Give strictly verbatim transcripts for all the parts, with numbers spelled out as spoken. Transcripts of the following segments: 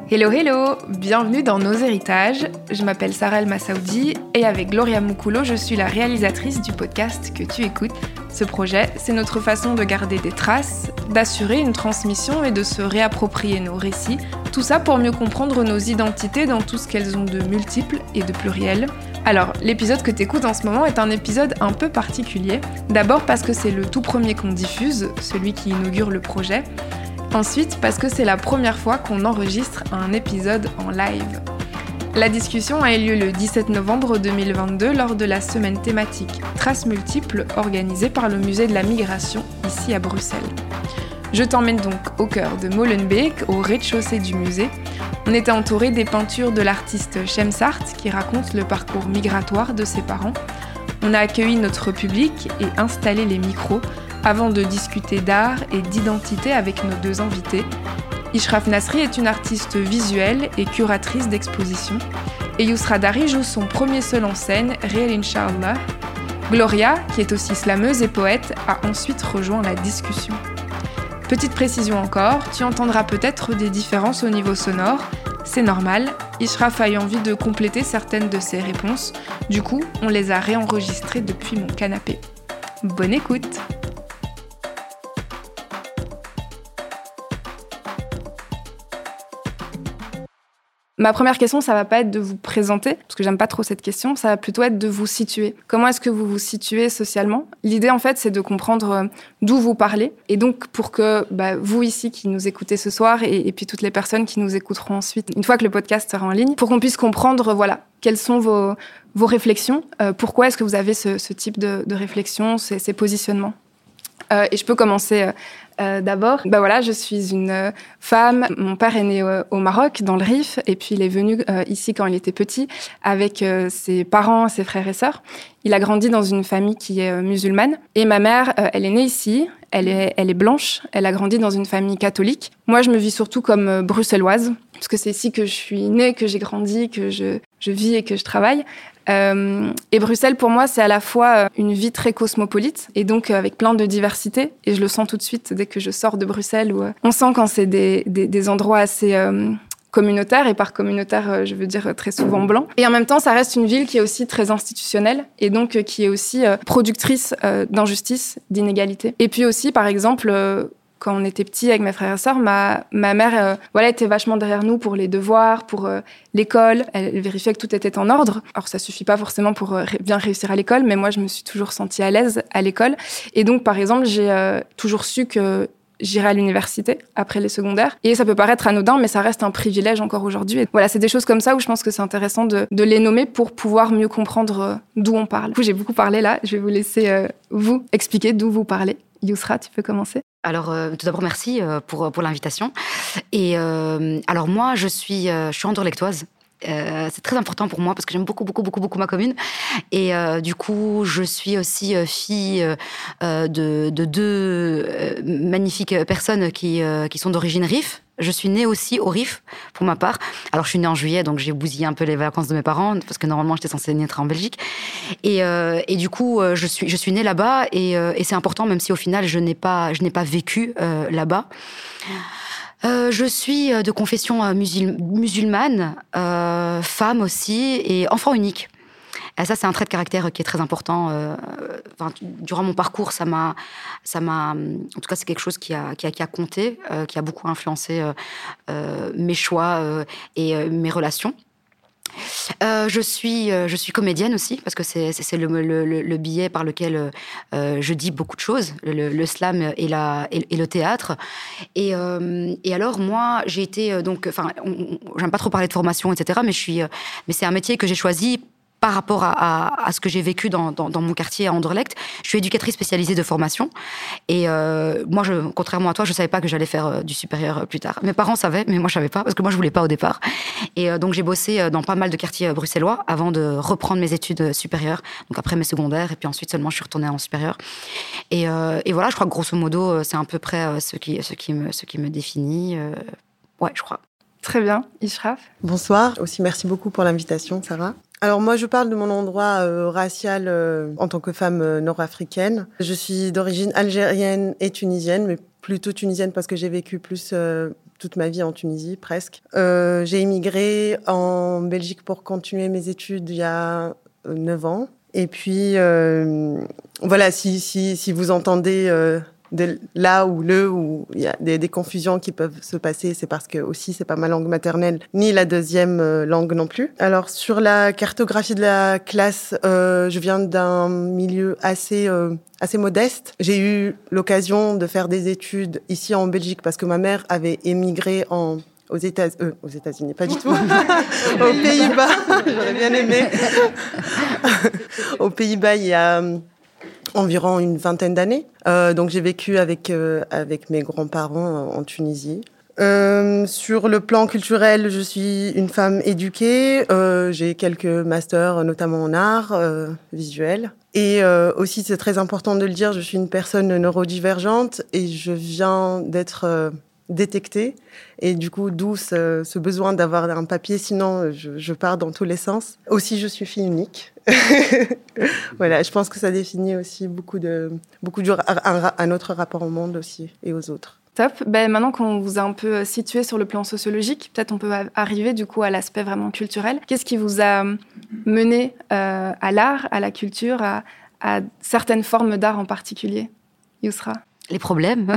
Hello hello, bienvenue dans Nos Héritages. Je m'appelle Sarah El Massaoudi et avec Gloria Moukoulou, je suis la réalisatrice du podcast que tu écoutes. Ce projet, c'est notre façon de garder des traces, d'assurer une transmission et de se réapproprier nos récits. Tout ça pour mieux comprendre nos identités dans tout ce qu'elles ont de multiples et de pluriel. Alors, l'épisode que t'écoutes en ce moment est un épisode un peu particulier. D'abord parce que c'est le tout premier qu'on diffuse, celui qui inaugure le projet. Ensuite, parce que c'est la première fois qu'on enregistre un épisode en live. La discussion a eu lieu le dix-sept novembre deux mille vingt-deux lors de la semaine thématique Traces multiples organisée par le Musée de la Migration, ici à Bruxelles. Je t'emmène donc au cœur de Molenbeek, au rez-de-chaussée du musée. On était entouré des peintures de l'artiste Chemsart qui raconte le parcours migratoire de ses parents. On a accueilli notre public et installé les micros avant de discuter d'art et d'identité avec nos deux invités. Ishraf Nasri est une artiste visuelle et curatrice d'exposition. Et Yousra Dari joue son premier seul en scène, Réel Inch'Allah. Gloria, qui est aussi slameuse et poète, a ensuite rejoint la discussion. Petite précision encore, tu entendras peut-être des différences au niveau sonore. C'est normal, Ishraf a eu envie de compléter certaines de ses réponses. Du coup, on les a réenregistrées depuis mon canapé. Bonne écoute! Ma première question, ça va pas être de vous présenter, parce que j'aime pas trop cette question, ça va plutôt être de vous situer. Comment est-ce que vous vous situez socialement ? L'idée, en fait, c'est de comprendre d'où vous parlez. Et donc, pour que bah, vous ici qui nous écoutez ce soir, et, et puis toutes les personnes qui nous écouteront ensuite, une fois que le podcast sera en ligne, pour qu'on puisse comprendre, voilà, quelles sont vos, vos réflexions, euh, pourquoi est-ce que vous avez ce, ce type de, de réflexion, ces, ces positionnements. Euh, et je peux commencer euh, euh, d'abord. Bah voilà, je suis une euh, femme. Mon père est né euh, au Maroc, dans le Rif, et puis il est venu euh, ici quand il était petit, avec euh, ses parents, ses frères et sœurs. Il a grandi dans une famille qui est euh, musulmane. Et ma mère, euh, elle est née ici, elle est, elle est blanche, elle a grandi dans une famille catholique. Moi, je me vis surtout comme euh, bruxelloise, parce que c'est ici que je suis née, que j'ai grandi, que je, je vis et que je travaille. Euh, et Bruxelles, pour moi, c'est à la fois une vie très cosmopolite et donc avec plein de diversité. Et je le sens tout de suite dès que je sors de Bruxelles, où on sent quand c'est des, des, des endroits assez euh, communautaires. Et par communautaire, je veux dire très souvent blanc. Et en même temps, ça reste une ville qui est aussi très institutionnelle et donc qui est aussi euh, productrice euh, d'injustice, d'inégalité. Et puis aussi, par exemple... Euh, Quand on était petit avec mes frères et sœurs, ma, ma mère euh, voilà, était vachement derrière nous pour les devoirs, pour euh, l'école. Elle vérifiait que tout était en ordre. Alors, ça suffit pas forcément pour euh, bien réussir à l'école, mais moi, je me suis toujours sentie à l'aise à l'école. Et donc, par exemple, j'ai euh, toujours su que j'irai à l'université après les secondaires. Et ça peut paraître anodin, mais ça reste un privilège encore aujourd'hui. Et voilà, c'est des choses comme ça où je pense que c'est intéressant de, de les nommer pour pouvoir mieux comprendre euh, d'où on parle. Du coup, j'ai beaucoup parlé là. Je vais vous laisser euh, vous expliquer d'où vous parlez. Yousra, tu peux commencer ? Alors, euh, tout d'abord, merci euh, pour, pour l'invitation. Et euh, alors, moi, je suis, euh, je suis anderlechtoise. Euh, c'est très important pour moi parce que j'aime beaucoup, beaucoup, beaucoup, beaucoup ma commune. Et euh, du coup, je suis aussi euh, fille euh, de, de deux euh, magnifiques personnes qui, euh, qui sont d'origine Rif. Je suis née aussi au Rif, pour ma part. Alors, je suis née en juillet, donc j'ai bousillé un peu les vacances de mes parents, parce que normalement, j'étais censée naître en Belgique. Et, euh, et du coup, je suis, je suis née là-bas, et, euh, et c'est important, même si au final, je n'ai pas, je n'ai pas vécu euh, là-bas. Euh, je suis de confession musul- musulmane, euh, femme aussi, et enfant unique. Et ça, c'est un trait de caractère qui est très important. Euh, enfin, durant mon parcours, ça m'a, ça m'a, en tout cas, c'est quelque chose qui a, qui a, qui a compté, euh, qui a beaucoup influencé euh, euh, mes choix euh, et euh, mes relations. Euh, je suis, euh, je suis comédienne aussi, parce que c'est, c'est, c'est le, le, le biais par lequel euh, je dis beaucoup de choses, le, le slam et, la, et, et le théâtre. Et, euh, et alors, moi, j'ai été, donc, enfin, j'aime pas trop parler de formation, et cetera, mais, je suis, mais c'est un métier que j'ai choisi par rapport à, à, à ce que j'ai vécu dans, dans, dans mon quartier à Anderlecht. Je suis éducatrice spécialisée de formation. Et euh, moi, je, contrairement à toi, je ne savais pas que j'allais faire euh, du supérieur euh, plus tard. Mes parents savaient, mais moi, je ne savais pas, parce que moi, je ne voulais pas au départ. Et euh, donc, j'ai bossé dans pas mal de quartiers bruxellois avant de reprendre mes études supérieures. Donc, après mes secondaires, et puis ensuite, seulement, je suis retournée en supérieur. Et, euh, et voilà, je crois que grosso modo, c'est à peu près ce qui, ce qui, me, ce qui me définit. Euh, ouais, je crois. Très bien. Ishraf ? Bonsoir. Aussi, merci beaucoup pour l'invitation, Sarah. Alors moi, je parle de mon endroit euh, racial euh, en tant que femme euh, nord-africaine. Je suis d'origine algérienne et tunisienne, mais plutôt tunisienne parce que j'ai vécu plus euh, toute ma vie en Tunisie, presque. Euh, j'ai immigré en Belgique pour continuer mes études il y a neuf ans. Et puis, euh, voilà, si, si, si vous entendez euh, de là ou le, où il y a des, des confusions qui peuvent se passer, c'est parce que aussi, c'est pas ma langue maternelle, ni la deuxième euh, langue non plus. Alors, sur la cartographie de la classe, euh, je viens d'un milieu assez... Euh, assez modeste. J'ai eu l'occasion de faire des études ici en Belgique parce que ma mère avait émigré en, aux, États, euh, aux États-Unis, pas du tout, aux Pays-Bas, j'aurais bien aimé, aux Pays-Bas il y a environ une vingtaine d'années. Euh, donc j'ai vécu avec, euh, avec mes grands-parents en Tunisie. Euh, sur le plan culturel, je suis une femme éduquée. Euh, j'ai quelques masters, notamment en art euh, visuel. Et euh, aussi, c'est très important de le dire, je suis une personne neurodivergente et je viens d'être euh, détectée. Et du coup, d'où ce, ce besoin d'avoir un papier, sinon je, je pars dans tous les sens. Aussi, je suis fille unique. Voilà, je pense que ça définit aussi beaucoup de, beaucoup de, un, un autre rapport au monde aussi et aux autres. Top. Ben, maintenant qu'on vous a un peu situé sur le plan sociologique, peut-être on peut arriver du coup à l'aspect vraiment culturel. Qu'est-ce qui vous a mené euh, à l'art, à la culture, à, à certaines formes d'art en particulier, Yousra ? Les problèmes.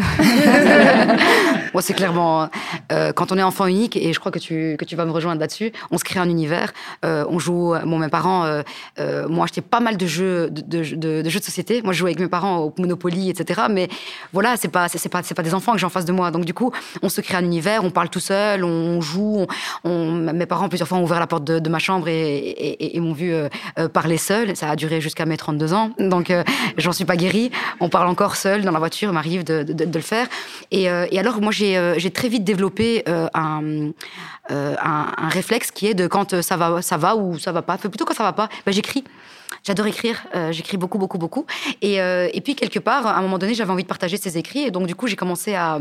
Moi, c'est clairement euh, quand on est enfant unique, et je crois que tu que tu vas me rejoindre là-dessus. On se crée un univers. Euh, on joue. Bon, mes parents euh, euh, m'ont acheté pas mal de jeux de, de, de, de jeux de société. Moi, je jouais avec mes parents au Monopoly, et cetera. Mais voilà, c'est pas c'est, c'est pas c'est pas des enfants que j'ai en face de moi. Donc du coup, on se crée un univers. On parle tout seul. On joue. On, on, mes parents plusieurs fois ont ouvert la porte de, de ma chambre et, et, et, et m'ont vu euh, euh, parler seul. Ça a duré jusqu'à mes trente-deux ans. Donc euh, j'en suis pas guérie. On parle encore seul dans la voiture. M'arrive de, de, de le faire. Et, euh, et alors, moi, j'ai, euh, j'ai très vite développé euh, un, euh, un, un réflexe qui est de quand ça va, ça va ou ça va pas, plutôt quand ça va pas, ben, j'écris. J'adore écrire, euh, j'écris beaucoup, beaucoup, beaucoup. Et, euh, et puis, quelque part, à un moment donné, j'avais envie de partager ces écrits. Et donc, du coup, j'ai commencé à...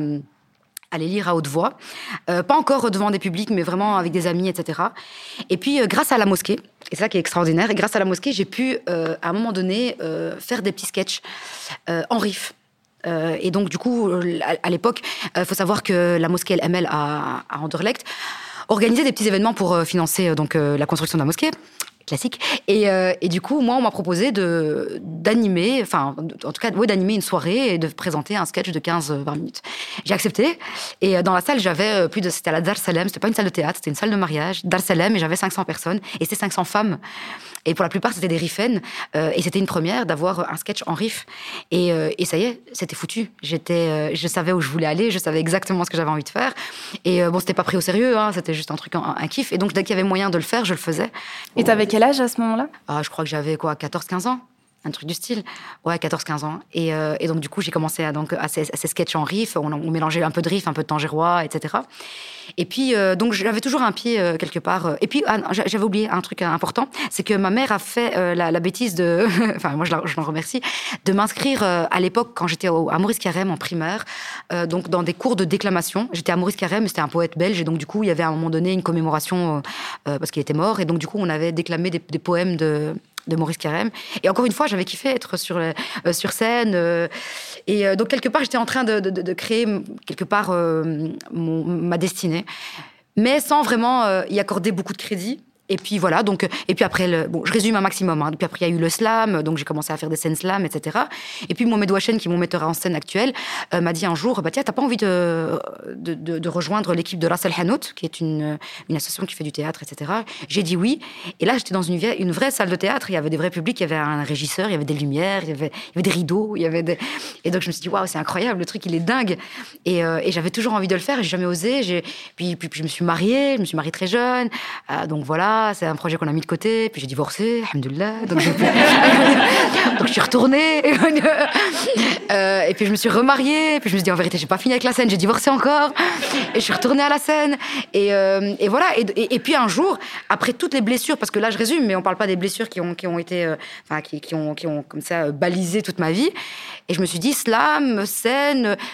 à les lire à haute voix, euh, pas encore devant des publics, mais vraiment avec des amis, et cetera. Et puis, euh, grâce à la mosquée, et c'est ça qui est extraordinaire, et grâce à la mosquée, j'ai pu, euh, à un moment donné, euh, faire des petits sketchs euh, en riff. Euh, et donc, du coup, à, à l'époque, il euh, faut savoir que la mosquée El Hamel à, à Anderlecht organisait des petits événements pour euh, financer euh, donc, euh, la construction de la mosquée. Classique. Et, euh, et du coup, moi, on m'a proposé de, d'animer, enfin, en tout cas, ouais, d'animer une soirée et de présenter un sketch de quinze à vingt minutes. J'ai accepté. Et dans la salle, j'avais plus de... C'était à la Dar Salem, c'était pas une salle de théâtre, c'était une salle de mariage. Dar Salem, et j'avais cinq cents personnes. Et c'était cinq cents femmes. Et pour la plupart, c'était des riffennes. Euh, et c'était une première d'avoir un sketch en riff. Et, euh, et ça y est, c'était foutu. J'étais, euh, je savais où je voulais aller, je savais exactement ce que j'avais envie de faire. Et euh, bon, c'était pas pris au sérieux, hein, c'était juste un truc, un, un kiff. Et donc, dès qu'il y avait moyen de le faire, je le faisais. Et t'avais quel âge à ce moment-là ? Ah, je crois que j'avais quoi, quatorze quinze ans, un truc du style. Ouais, quatorze quinze ans. Et, euh, et donc, du coup, j'ai commencé à, donc, à, ces, à ces sketchs en riff. On, on mélangeait un peu de riff, un peu de tangérois, et cetera. Et puis, euh, donc, j'avais toujours un pied euh, quelque part. Et puis, ah, j'avais oublié un truc important, c'est que ma mère a fait euh, la, la bêtise de... enfin, moi, je, la, je l'en remercie, de m'inscrire euh, à l'époque, quand j'étais au, à Maurice Carême, en primaire, euh, donc dans des cours de déclamation. J'étais à Maurice Carême, c'était un poète belge, et donc, du coup, il y avait à un moment donné une commémoration euh, parce qu'il était mort. Et donc, du coup, on avait déclamé des, des poèmes de... de Maurice Carême. Et encore une fois, j'avais kiffé être sur, euh, sur scène. Euh, et euh, donc, quelque part, j'étais en train de, de, de créer, quelque part, euh, mon, ma destinée. Mais sans vraiment euh, y accorder beaucoup de crédit. Et puis voilà, donc, et puis après, le, bon, je résume un maximum. Hein. Puis après, il y a eu le slam, donc j'ai commencé à faire des scènes slam, et cetera. Et puis Mohamed Ouachen, qui est mon metteur en scène actuel, euh, m'a dit un jour, bah, tiens, t'as pas envie de, de, de, de rejoindre l'équipe de Ras El Hanout, qui est une, une association qui fait du théâtre, et cetera. J'ai dit oui. Et là, j'étais dans une, une vraie salle de théâtre. Il y avait des vrais publics, il y avait un régisseur, il y avait des lumières, il y avait, il y avait des rideaux, il y avait des... Et donc, je me suis dit, waouh, c'est incroyable, le truc, il est dingue. Et, euh, et j'avais toujours envie de le faire, et j'ai jamais osé. J'ai... Puis, puis, puis, je me suis mariée, je me suis mariée très jeune. Euh, donc voilà, c'est un projet qu'on a mis de côté, puis j'ai divorcé, alhamdoulilah, donc, j'ai... donc je suis retournée, euh, et puis je me suis remariée, puis je me suis dit en vérité j'ai pas fini avec la scène, j'ai divorcé encore, et je suis retournée à la scène, et, euh, et voilà, et, et, et puis un jour, après toutes les blessures, parce que là je résume, mais on parle pas des blessures qui ont, qui ont été, euh, enfin qui, qui, ont, qui ont comme ça balisé toute ma vie, et je me suis dit slam, scène...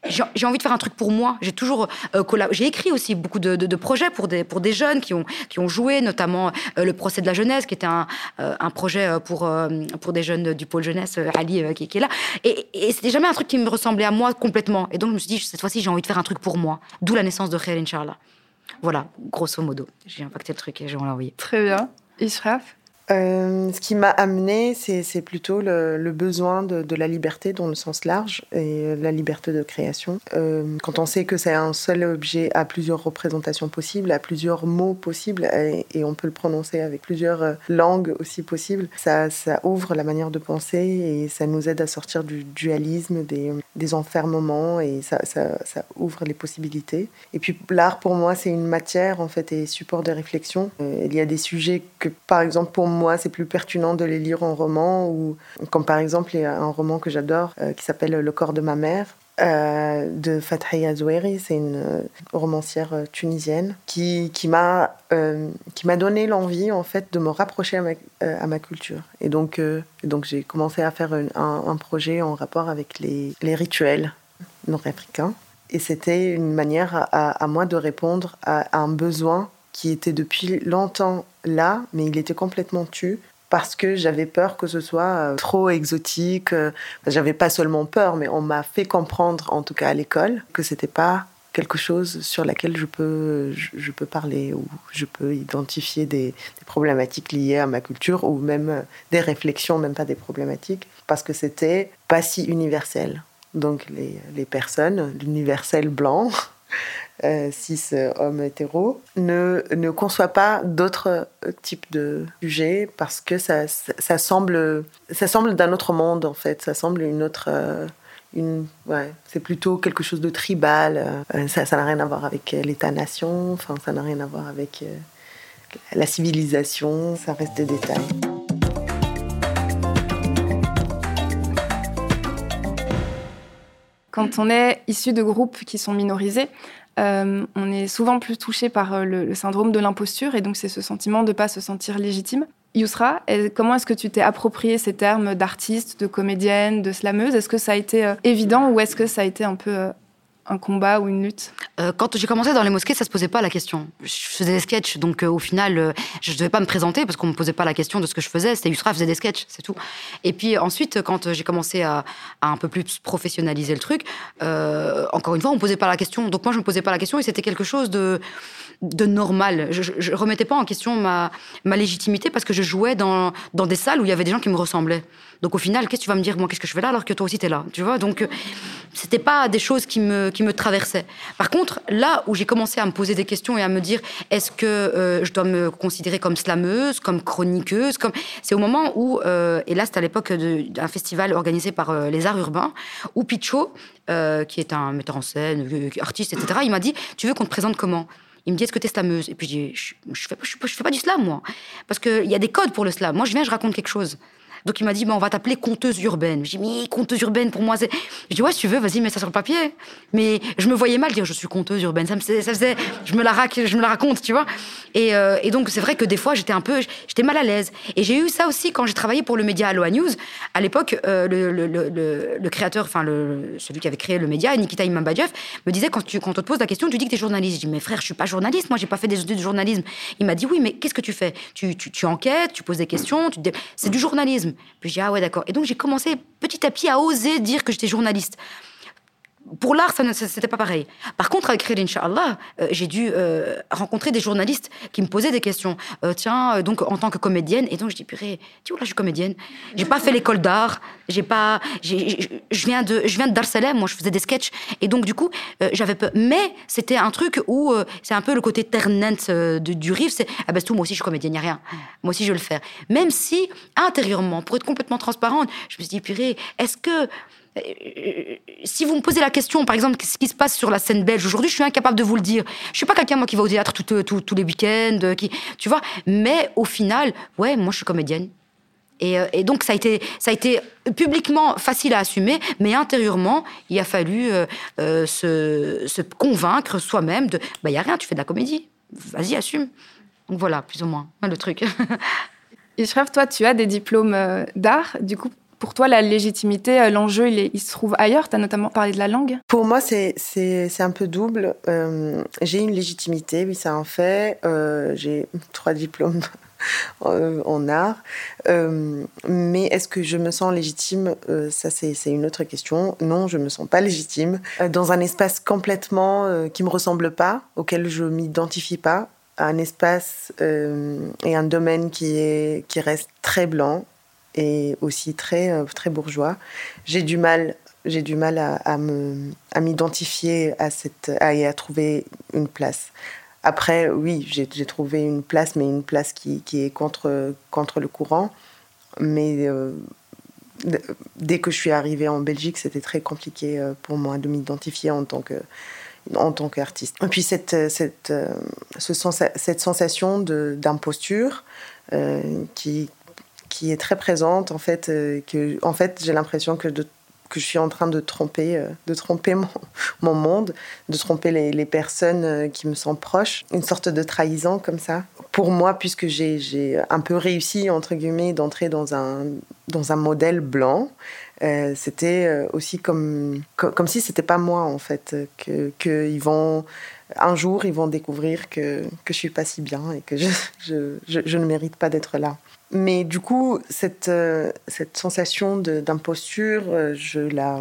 j'ai, j'ai envie de faire un truc pour moi. J'ai toujours euh, collab- j'ai écrit aussi beaucoup de, de, de projets pour des, pour des jeunes qui ont, qui ont joué, notamment euh, le procès de la jeunesse, qui était un, euh, un projet pour, euh, pour des jeunes du pôle jeunesse, euh, Ali euh, qui, qui est là. Et, et c'était jamais un truc qui me ressemblait à moi complètement. Et donc je me suis dit, cette fois-ci, j'ai envie de faire un truc pour moi. D'où la naissance de Khair, Inch'Allah. Voilà, grosso modo. J'ai impacté le truc et je vais l'envoyer. Très bien. Ishraf? Euh, ce qui m'a amené, c'est, c'est plutôt le, le besoin de, de la liberté dans le sens large et la liberté de création. Euh, quand on sait que c'est un seul objet à plusieurs représentations possibles, à plusieurs mots possibles, et, et on peut le prononcer avec plusieurs langues aussi possibles, ça, ça ouvre la manière de penser et ça nous aide à sortir du dualisme, des, des enfermements, et ça, ça, ça ouvre les possibilités. Et puis l'art, pour moi, c'est une matière en fait et support de réflexion. Euh, il y a des sujets que, par exemple, pour moi, moi, c'est plus pertinent de les lire en roman, ou comme par exemple, il y a un roman que j'adore euh, qui s'appelle Le corps de ma mère, euh, de Fathiya Zoueri. C'est une euh, romancière euh, tunisienne qui, qui, m'a, euh, qui m'a donné l'envie, en fait, de me rapprocher à ma, euh, à ma culture. Et donc, euh, donc, j'ai commencé à faire un, un, un projet en rapport avec les, les rituels nord-africains. Et c'était une manière à, à moi de répondre à, à un besoin qui était depuis longtemps là, mais il était complètement tu, parce que j'avais peur que ce soit euh, trop exotique. Euh, j'avais pas seulement peur, mais on m'a fait comprendre, en tout cas à l'école, que c'était pas quelque chose sur laquelle je peux, je, je peux parler, ou je peux identifier des, des problématiques liées à ma culture, ou même euh, des réflexions, même pas des problématiques, parce que c'était pas si universel. Donc les, les personnes, l'universel blanc, Euh, cis homme hétéro, ne, ne conçoit pas d'autres types de sujets parce que ça, ça, ça, semble, ça semble d'un autre monde, en fait. Ça semble une autre... Euh, une, ouais, c'est plutôt quelque chose de tribal. Euh, ça, ça n'a rien à voir avec l'État-nation, enfin, ça n'a rien à voir avec euh, la civilisation, ça reste des détails. Quand on est issu de groupes qui sont minorisés, Euh, on est souvent plus touché par le, le syndrome de l'imposture, et donc c'est ce sentiment de ne pas se sentir légitime. Yousra, comment est-ce que tu t'es approprié ces termes d'artiste, de comédienne, de slameuse ? Est-ce que ça a été euh, évident, ou est-ce que ça a été un peu euh, un combat ou une lutte ? euh, Quand j'ai commencé dans les mosquées, ça se posait pas la question. Je faisais des sketchs, donc euh, au final, euh, je devais pas me présenter parce qu'on me posait pas la question de ce que je faisais. C'était Yousra faisait des sketchs, c'est tout. Et puis ensuite, quand j'ai commencé à, à un peu plus professionnaliser le truc, euh, encore une fois, on me posait pas la question. Donc moi, je me posais pas la question, et c'était quelque chose de de normal. Je, je, je remettais pas en question ma ma légitimité parce que je jouais dans dans des salles où il y avait des gens qui me ressemblaient. Donc au final, qu'est-ce que tu vas me dire, moi, qu'est-ce que je fais là alors que toi aussi t'es là, tu vois ? Donc c'était pas des choses qui me qui me traversaient. Par contre, là où j'ai commencé à me poser des questions et à me dire, est-ce que euh, je dois me considérer comme slameuse, comme chroniqueuse, comme c'est au moment où euh, et là c'était à l'époque de, d'un festival organisé par euh, les Arts Urbains, où Picho, euh, qui est un metteur en scène, artiste, et cetera, il m'a dit, tu veux qu'on te présente comment ? Il me dit, est-ce que t'es slameuse ? Et puis je dis, je, je, fais, je, je fais pas du slam, moi. Parce qu'il y a des codes pour le slam. Moi, je viens, je raconte quelque chose. Donc il m'a dit, bah, on va t'appeler conteuse urbaine. J'ai dit, mais conteuse urbaine, pour moi, c'est... Je dis, ouais, si tu veux, vas-y, mets ça sur le papier. Mais je me voyais mal dire, je suis conteuse urbaine. Ça me faisait, ça faisait je, me la rac... je me la raconte, tu vois. Et, euh, et donc, c'est vrai que des fois, j'étais un peu... J'étais mal à l'aise. Et j'ai eu ça aussi quand j'ai travaillé pour le média Aloha News. À l'époque, euh, le, le, le, le, le créateur, enfin, le, celui qui avait créé le média, Nikita Imambadiev, me disait, quand, tu, quand on te pose la question, tu dis que t'es journaliste. Je dis, mais frère, je suis pas journaliste. Moi, j'ai pas fait des études de journalisme. Il m'a dit, oui, mais qu'est-ce que tu fais ? tu, tu, tu enquêtes, tu poses des questions, tu te... c'est du journalisme. Puis j'ai dit, ah ouais, d'accord. Et donc, j'ai commencé petit à petit à oser dire que j'étais journaliste. Pour l'art, ça ne, c'était pas pareil. Par contre, avec Khair, Inch'Allah, euh, j'ai dû euh, rencontrer des journalistes qui me posaient des questions. Euh, tiens, euh, donc, en tant que comédienne, et donc je dis, purée, tu vois, là, je suis comédienne. J'ai pas fait l'école d'art, j'ai pas... J'ai, je viens de, je viens de Dar es Salaam, moi, je faisais des sketchs. Et donc, du coup, euh, j'avais peur. Mais c'était un truc où, euh, c'est un peu le côté ternent euh, du, du riff, c'est, ah ben, c'est tout, moi aussi, je suis comédienne, y a rien. Moi aussi, je vais le faire. Même si, intérieurement, pour être complètement transparente, je me suis dit, purée, est-ce que... Si vous me posez la question, par exemple, ce qui se passe sur la scène belge aujourd'hui, je suis incapable de vous le dire. Je suis pas quelqu'un, moi, qui va au théâtre tout, tout, tous les week-ends, qui, tu vois. Mais au final, ouais, moi, je suis comédienne. Et, et donc, ça a été, ça a été publiquement facile à assumer, mais intérieurement, il a fallu euh, euh, se, se convaincre soi-même de, bah, y a rien, tu fais de la comédie. Vas-y, assume. Donc voilà, plus ou moins, le truc. Ishraf, toi, tu as des diplômes d'art. Du coup, Pour toi, la légitimité, l'enjeu, il, est, il se trouve ailleurs. Tu as notamment parlé de la langue. Pour moi, c'est, c'est, c'est un peu double. Euh, j'ai une légitimité, oui, c'est un fait. Euh, j'ai trois diplômes en art. Euh, mais est-ce que je me sens légitime ? euh, Ça, c'est, c'est une autre question. Non, je ne me sens pas légitime. Euh, dans un espace complètement euh, qui ne me ressemble pas, auquel je ne m'identifie pas, un espace euh, et un domaine qui, est, qui reste très blanc et aussi très, euh, très bourgeois. J'ai du mal, j'ai du mal à, à, me, à m'identifier à cette, à, et à trouver une place. Après, oui, j'ai, j'ai trouvé une place, mais une place qui, qui est contre, contre le courant. Mais euh, dès que je suis arrivée en Belgique, c'était très compliqué pour moi de m'identifier en tant que, en tant qu'artiste. Et puis cette, cette, ce sens, cette sensation de, d'imposture euh, qui, qui est très présente, en fait, euh, que, en fait, j'ai l'impression que de que je suis en train de tromper, euh, de tromper mon, mon monde, de tromper les, les personnes euh, qui me sont proches. Une sorte de trahison comme ça. Pour moi, puisque j'ai, j'ai un peu réussi, entre guillemets, d'entrer dans un, dans un modèle blanc, euh, c'était euh, aussi comme, comme, comme si c'était pas moi, en fait. Que, que ils vont, un jour, ils vont découvrir que, que je suis pas si bien et que je, je, je, je ne mérite pas d'être là. Mais du coup, cette, euh, cette sensation de, d'imposture, euh, je, la,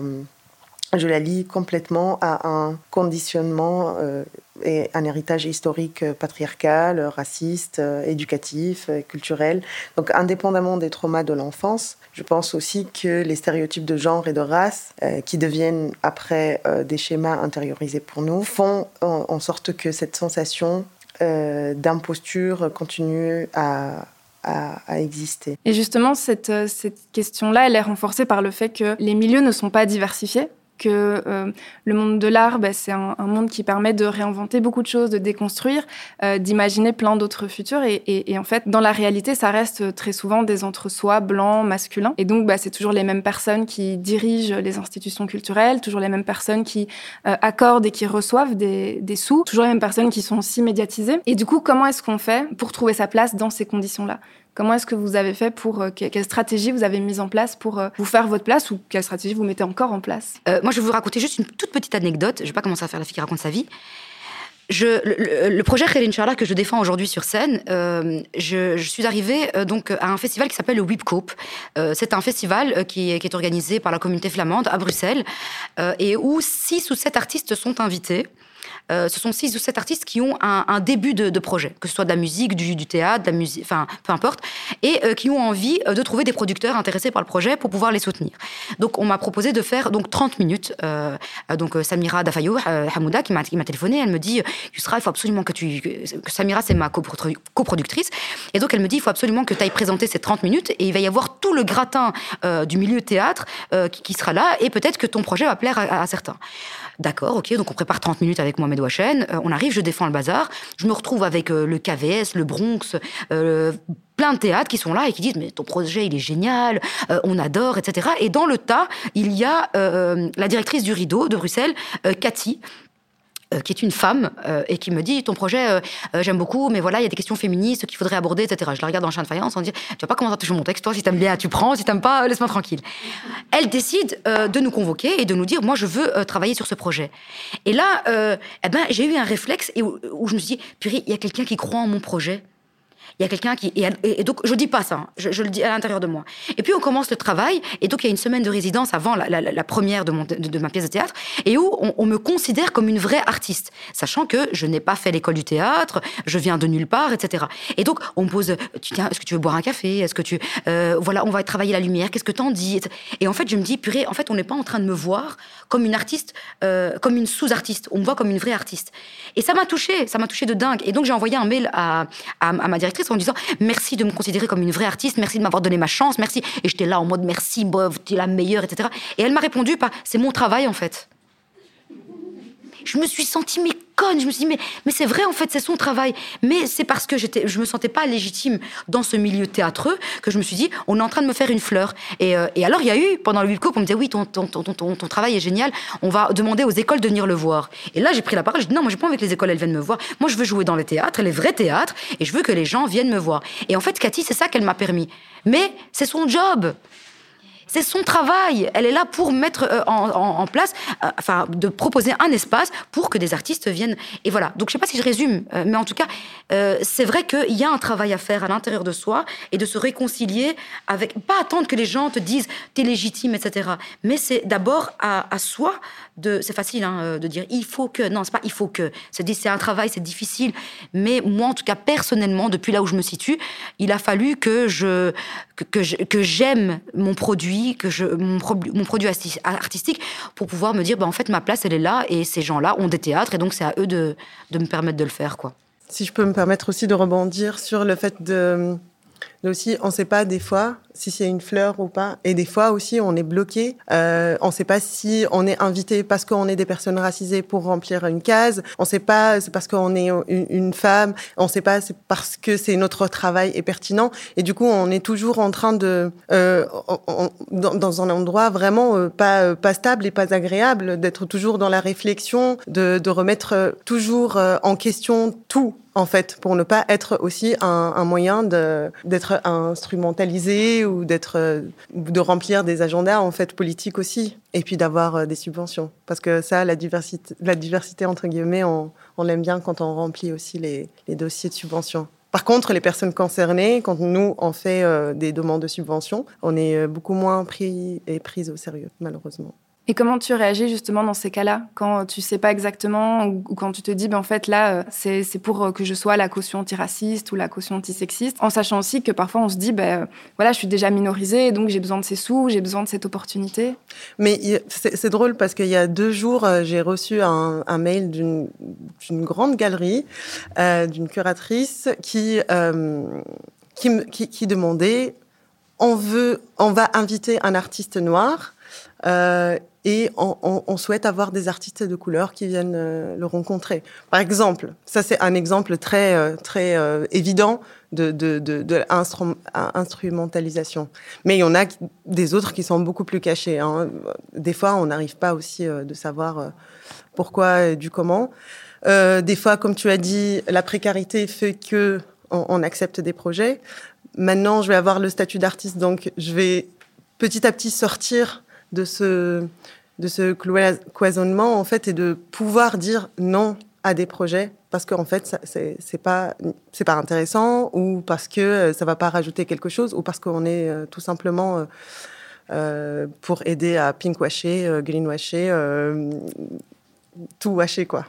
je la lie complètement à un conditionnement euh, et un héritage historique euh, patriarcal, raciste, euh, éducatif, euh, culturel. Donc, indépendamment des traumas de l'enfance, je pense aussi que les stéréotypes de genre et de race, euh, qui deviennent après euh, des schémas intériorisés pour nous, font en, en sorte que cette sensation euh, d'imposture continue à... À, à exister. Et justement, cette, cette question-là, elle est renforcée par le fait que les milieux ne sont pas diversifiés, que euh, le monde de l'art, bah, c'est un, un monde qui permet de réinventer beaucoup de choses, de déconstruire, euh, d'imaginer plein d'autres futurs. Et, et, et en fait, dans la réalité, ça reste très souvent des entre-soi blancs, masculins. Et donc, bah, c'est toujours les mêmes personnes qui dirigent les institutions culturelles, toujours les mêmes personnes qui euh, accordent et qui reçoivent des, des sous, toujours les mêmes personnes qui sont aussi médiatisées. Et du coup, comment est-ce qu'on fait pour trouver sa place dans ces conditions-là ? Comment est-ce que vous avez fait pour... Euh, quelle stratégie vous avez mise en place pour euh, vous faire votre place ou quelle stratégie vous mettez encore en place ? euh, Moi, je vais vous raconter juste une toute petite anecdote. Je ne vais pas commencer à faire la fille qui raconte sa vie. Je, le, le projet Khair Inch'Allah que je défends aujourd'hui sur scène, euh, je, je suis arrivée euh, donc à un festival qui s'appelle le Wipkoop. Euh, c'est un festival euh, qui, est, qui est organisé par la communauté flamande à Bruxelles euh, et où six ou sept artistes sont invités. Euh, ce sont six ou sept artistes qui ont un, un début de, de projet, que ce soit de la musique, du, du théâtre, de la musique, enfin, peu importe, et euh, qui ont envie euh, de trouver des producteurs intéressés par le projet pour pouvoir les soutenir. Donc, on m'a proposé de faire donc trente minutes. Euh, donc, euh, Samira Dafayou euh, Hamouda, qui m'a, qui m'a téléphoné, elle me dit « Yusra, il faut absolument que tu... » que Samira, c'est ma coprodu- coproductrice. Et donc, elle me dit « Il faut absolument que tu ailles présenter ces trente minutes et il va y avoir tout le gratin euh, du milieu théâtre euh, qui, qui sera là et peut-être que ton projet va plaire à, à certains. » D'accord, ok, donc on prépare trente minutes avec Mohamed Ouachen, euh, on arrive, je défends le bazar, je me retrouve avec euh, le K V S, le Bronx, euh, plein de théâtres qui sont là et qui disent « mais ton projet, il est génial, euh, on adore, et cetera » Et dans le tas, il y a euh, la directrice du Rideau de Bruxelles, euh, Cathy, Euh, qui est une femme euh, et qui me dit ton projet euh, euh, j'aime beaucoup mais voilà il y a des questions féministes qu'il faudrait aborder, etc. Je la regarde dans le champ de faïence, on dit tu vas pas commencer à toucher mon texte, toi si t'aimes bien tu prends, si t'aimes pas euh, laisse-moi tranquille. Elle décide euh, de nous convoquer et de nous dire moi je veux euh, travailler sur ce projet. Et là euh, eh ben j'ai eu un réflexe et où, où je me suis dit purée il y a quelqu'un qui croit en mon projet. Il y a quelqu'un qui... Et, et, et donc, je dis pas ça, hein, je, je le dis à l'intérieur de moi. Et puis, on commence le travail, et donc, il y a une semaine de résidence avant la, la, la première de, mon, de, de ma pièce de théâtre, et où on, on me considère comme une vraie artiste, sachant que je n'ai pas fait l'école du théâtre, je viens de nulle part, et cetera. Et donc, on me pose, tu, tiens, est-ce que tu veux boire un café ? Est-ce que tu... Euh, voilà, on va travailler la lumière, qu'est-ce que t'en dis ? Et en fait, je me dis, purée, en fait, on n'est pas en train de me voir comme une artiste, euh, comme une sous-artiste, on me voit comme une vraie artiste. Et ça m'a touchée, ça m'a touchée de dingue. Et donc, j'ai envoyé un mail à, à, à ma directrice en disant merci de me considérer comme une vraie artiste, merci de m'avoir donné ma chance, merci. Et j'étais là en mode merci, bof, tu es la meilleure, et cetera. Et elle m'a répondu par c'est mon travail en fait. Je me suis sentie mais conne, je me suis dit mais, mais c'est vrai en fait, c'est son travail. Mais c'est parce que j'étais, je me sentais pas légitime dans ce milieu théâtreux que je me suis dit on est en train de me faire une fleur. Et, euh, et alors il y a eu, pendant le Wipkoop, on me disait oui ton, ton, ton, ton, ton travail est génial, on va demander aux écoles de venir le voir. Et là j'ai pris la parole, j'ai dit non moi j'ai pas envie que les écoles elles viennent me voir, moi je veux jouer dans les théâtres, les vrais théâtres, et je veux que les gens viennent me voir. Et en fait Cathy c'est ça qu'elle m'a permis. Mais c'est son job. C'est son travail. Elle est là pour mettre euh, en, en, en place, euh, enfin, de proposer un espace pour que des artistes viennent. Et voilà. Donc, je sais pas si je résume, euh, mais en tout cas, euh, c'est vrai qu'il y a un travail à faire à l'intérieur de soi et de se réconcilier avec, pas attendre que les gens te disent t'es légitime, et cetera. Mais c'est d'abord à, à soi de, c'est facile hein, de dire il faut que, non, c'est pas il faut que. C'est, c'est un travail, c'est difficile. Mais moi, en tout cas, personnellement, depuis là où je me situe, il a fallu que je, que, que, je, que j'aime mon produit, que je, mon, pro, mon produit artistique pour pouvoir me dire, bah, en fait, ma place, elle est là et ces gens-là ont des théâtres et donc c'est à eux de, de me permettre de le faire, quoi. Si je peux me permettre aussi de rebondir sur le fait de... Là aussi, on ne sait pas des fois si c'est une fleur ou pas. Et des fois aussi, on est bloqué. Euh, on ne sait pas si on est invité parce qu'on est des personnes racisées pour remplir une case. On ne sait pas c'est parce qu'on est une, une femme. On ne sait pas c'est parce que c'est notre travail est pertinent. Et du coup, on est toujours en train de... Euh, on, on, dans, dans un endroit vraiment euh, pas, pas stable et pas agréable, d'être toujours dans la réflexion, de, de remettre toujours euh, en question tout. En fait, pour ne pas être aussi un, un moyen de, d'être instrumentalisé ou d'être, de remplir des agendas en fait politiques aussi, et puis d'avoir des subventions. Parce que ça, la diversité, la diversité entre guillemets, on, on l'aime bien quand on remplit aussi les, les dossiers de subventions. Par contre, les personnes concernées, quand nous on fait euh, des demandes de subventions, on est beaucoup moins pris et prises au sérieux, malheureusement. Et comment tu réagis justement dans ces cas-là, quand tu sais pas exactement ou quand tu te dis ben en fait là c'est c'est pour que je sois la caution antiraciste ou la caution antisexiste, en sachant aussi que parfois on se dit ben voilà je suis déjà minorisée donc j'ai besoin de ces sous, j'ai besoin de cette opportunité. Mais c'est, c'est drôle parce qu'il y a deux jours j'ai reçu un, un mail d'une d'une grande galerie euh, d'une curatrice qui euh, qui, qui qui demandait on veut on va inviter un artiste noir. Euh, et on, on, on souhaite avoir des artistes de couleur qui viennent euh, le rencontrer. Par exemple, ça c'est un exemple très euh, très euh, évident de de de, de instru- instrumentalisation. Mais il y en a des autres qui sont beaucoup plus cachés. Hein. Des fois, on n'arrive pas aussi euh, de savoir euh, pourquoi et du comment. Euh, des fois, comme tu as dit, la précarité fait que on, on accepte des projets. Maintenant, je vais avoir le statut d'artiste, donc je vais petit à petit sortir de ce, de ce cloisonnement, en fait, et de pouvoir dire non à des projets parce qu'en fait, ça, c'est, c'est pas, c'est pas intéressant ou parce que ça va pas rajouter quelque chose ou parce qu'on est euh, tout simplement euh, euh, pour aider à pinkwasher, euh, greenwasher, euh, tout washer, quoi.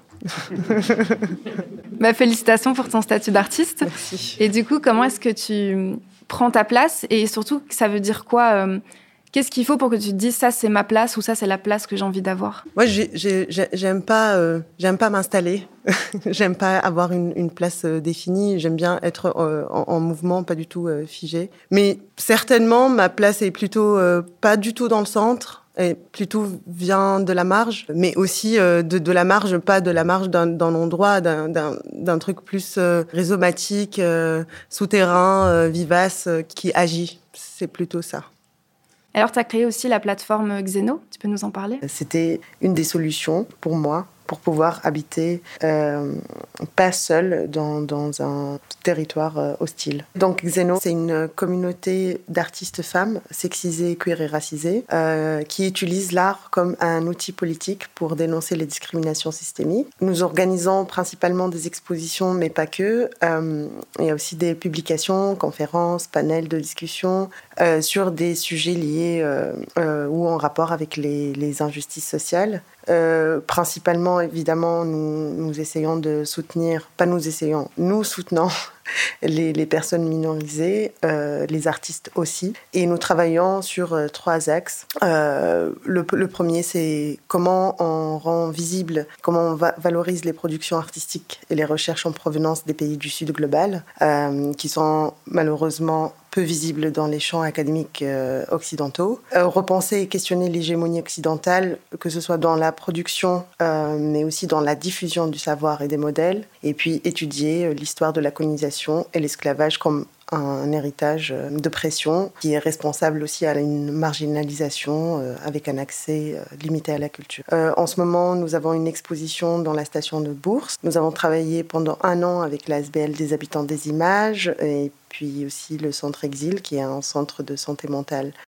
Bah, félicitations pour ton statut d'artiste. Merci. Et du coup, comment est-ce que tu prends ta place et surtout, ça veut dire quoi euh, Qu'est-ce qu'il faut pour que tu te dises ça c'est ma place ou ça c'est la place que j'ai envie d'avoir? Moi, j'ai, j'ai, j'aime pas, euh, j'aime pas m'installer. J'aime pas avoir une, une place euh, définie. J'aime bien être euh, en, en mouvement, pas du tout euh, figé. Mais certainement, ma place est plutôt euh, pas du tout dans le centre. Et plutôt vient de la marge, mais aussi euh, de, de la marge, pas de la marge d'un, d'un endroit, d'un, d'un, d'un truc plus euh, rhizomatique, euh, souterrain, euh, vivace, euh, qui agit. C'est plutôt ça. Alors, tu as créé aussi la plateforme Xeno, tu peux nous en parler? C'était une des solutions pour moi, pour pouvoir habiter euh, pas seul dans, dans un territoire euh, hostile. Donc Xeno, c'est une communauté d'artistes femmes sexisées, queer et racisées euh, qui utilisent l'art comme un outil politique pour dénoncer les discriminations systémiques. Nous organisons principalement des expositions, mais pas que. Euh, il y a aussi des publications, conférences, panels de discussion euh, sur des sujets liés euh, euh, ou en rapport avec les, les injustices sociales. Euh, principalement, évidemment, nous, nous essayons de soutenir, pas nous essayons, nous soutenons les, les personnes minorisées, euh, les artistes aussi. Et nous travaillons sur euh, trois axes. Euh, le, le premier, c'est comment on rend visible, comment on va, valorise les productions artistiques et les recherches en provenance des pays du Sud global, euh, qui sont malheureusement peu visibles dans les champs académiques euh, occidentaux. Euh, repenser et questionner l'hégémonie occidentale, que ce soit dans la production, euh, mais aussi dans la diffusion du savoir et des modèles. Et puis étudier euh, l'histoire de la colonisation et l'esclavage comme un héritage de pression qui est responsable aussi à une marginalisation euh, avec un accès euh, limité à la culture. Euh, en ce moment, nous avons une exposition dans la station de Bourse. Nous avons travaillé pendant un an avec l'A S B L des habitants des images et puis aussi le Centre Exil qui est un centre de santé mentale.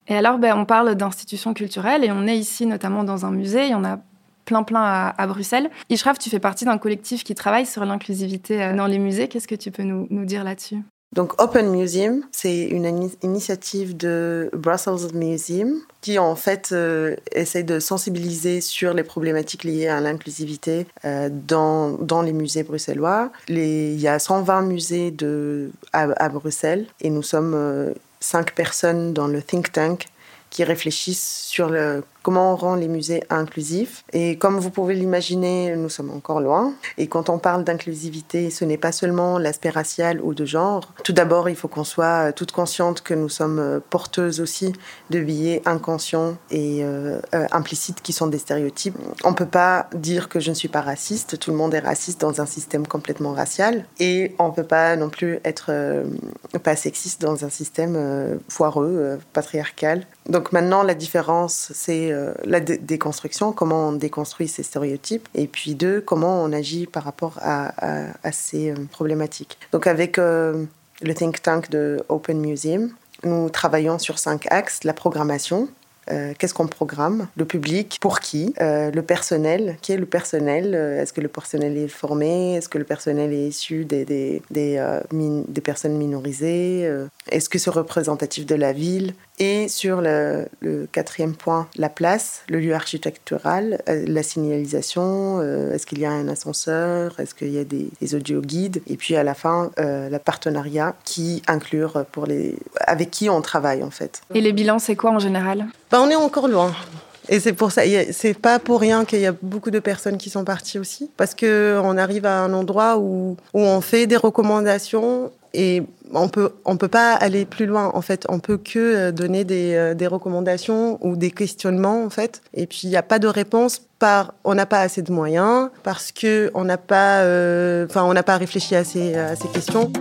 Et alors, ben, on parle d'institutions culturelles et on est ici notamment dans un musée. Il y en a plein, plein à, à Bruxelles. Ishraf, tu fais partie d'un collectif qui travaille sur l'inclusivité dans les musées. Qu'est-ce que tu peux nous, nous dire là-dessus ? Donc Open Museum, c'est une ini- initiative de Brussels Museum qui en fait euh, essaie de sensibiliser sur les problématiques liées à l'inclusivité euh, dans, dans les musées bruxellois. Les, il y a cent vingt musées de, à, à Bruxelles et nous sommes euh, cinq personnes dans le think tank qui réfléchissent sur le, comment on rend les musées inclusifs. Et comme vous pouvez l'imaginer, nous sommes encore loin. Et quand on parle d'inclusivité, ce n'est pas seulement l'aspect racial ou de genre. Tout d'abord, il faut qu'on soit toutes conscientes que nous sommes porteuses aussi de biais inconscients et euh, euh, implicites qui sont des stéréotypes. On ne peut pas dire que je ne suis pas raciste. Tout le monde est raciste dans un système complètement racial. Et on ne peut pas non plus être euh, pas sexiste dans un système euh, foireux, euh, patriarcal. Donc maintenant, la différence, c'est euh, la dé- déconstruction, comment on déconstruit ces stéréotypes, et puis deux, comment on agit par rapport à, à, à ces euh, problématiques. Donc avec euh, le think tank de Open Museum, nous travaillons sur cinq axes: la programmation. Euh, qu'est-ce qu'on programme? Le public, pour qui? euh, Le personnel, qui est le personnel? euh, Est-ce que le personnel est formé? Est-ce que le personnel est issu des, des, des, euh, min- des personnes minorisées? euh, Est-ce que c'est représentatif de la ville? Et sur le, le quatrième point, la place, le lieu architectural, euh, la signalisation, euh, est-ce qu'il y a un ascenseur, est-ce qu'il y a des, des audio-guides? Et puis à la fin, euh, le partenariat qui inclure pour les, avec qui on travaille en fait. Et les bilans, c'est quoi en général? Ben, on est encore loin. Et c'est pour ça, c'est pas pour rien qu'il y a beaucoup de personnes qui sont parties aussi, parce que on arrive à un endroit où, où on fait des recommandations et on peut on peut pas aller plus loin en fait. On peut que donner des des recommandations ou des questionnements en fait. Et puis il y a pas de réponse par on n'a pas assez de moyens, parce que on n'a pas euh, enfin on n'a pas réfléchi à ces à ces questions.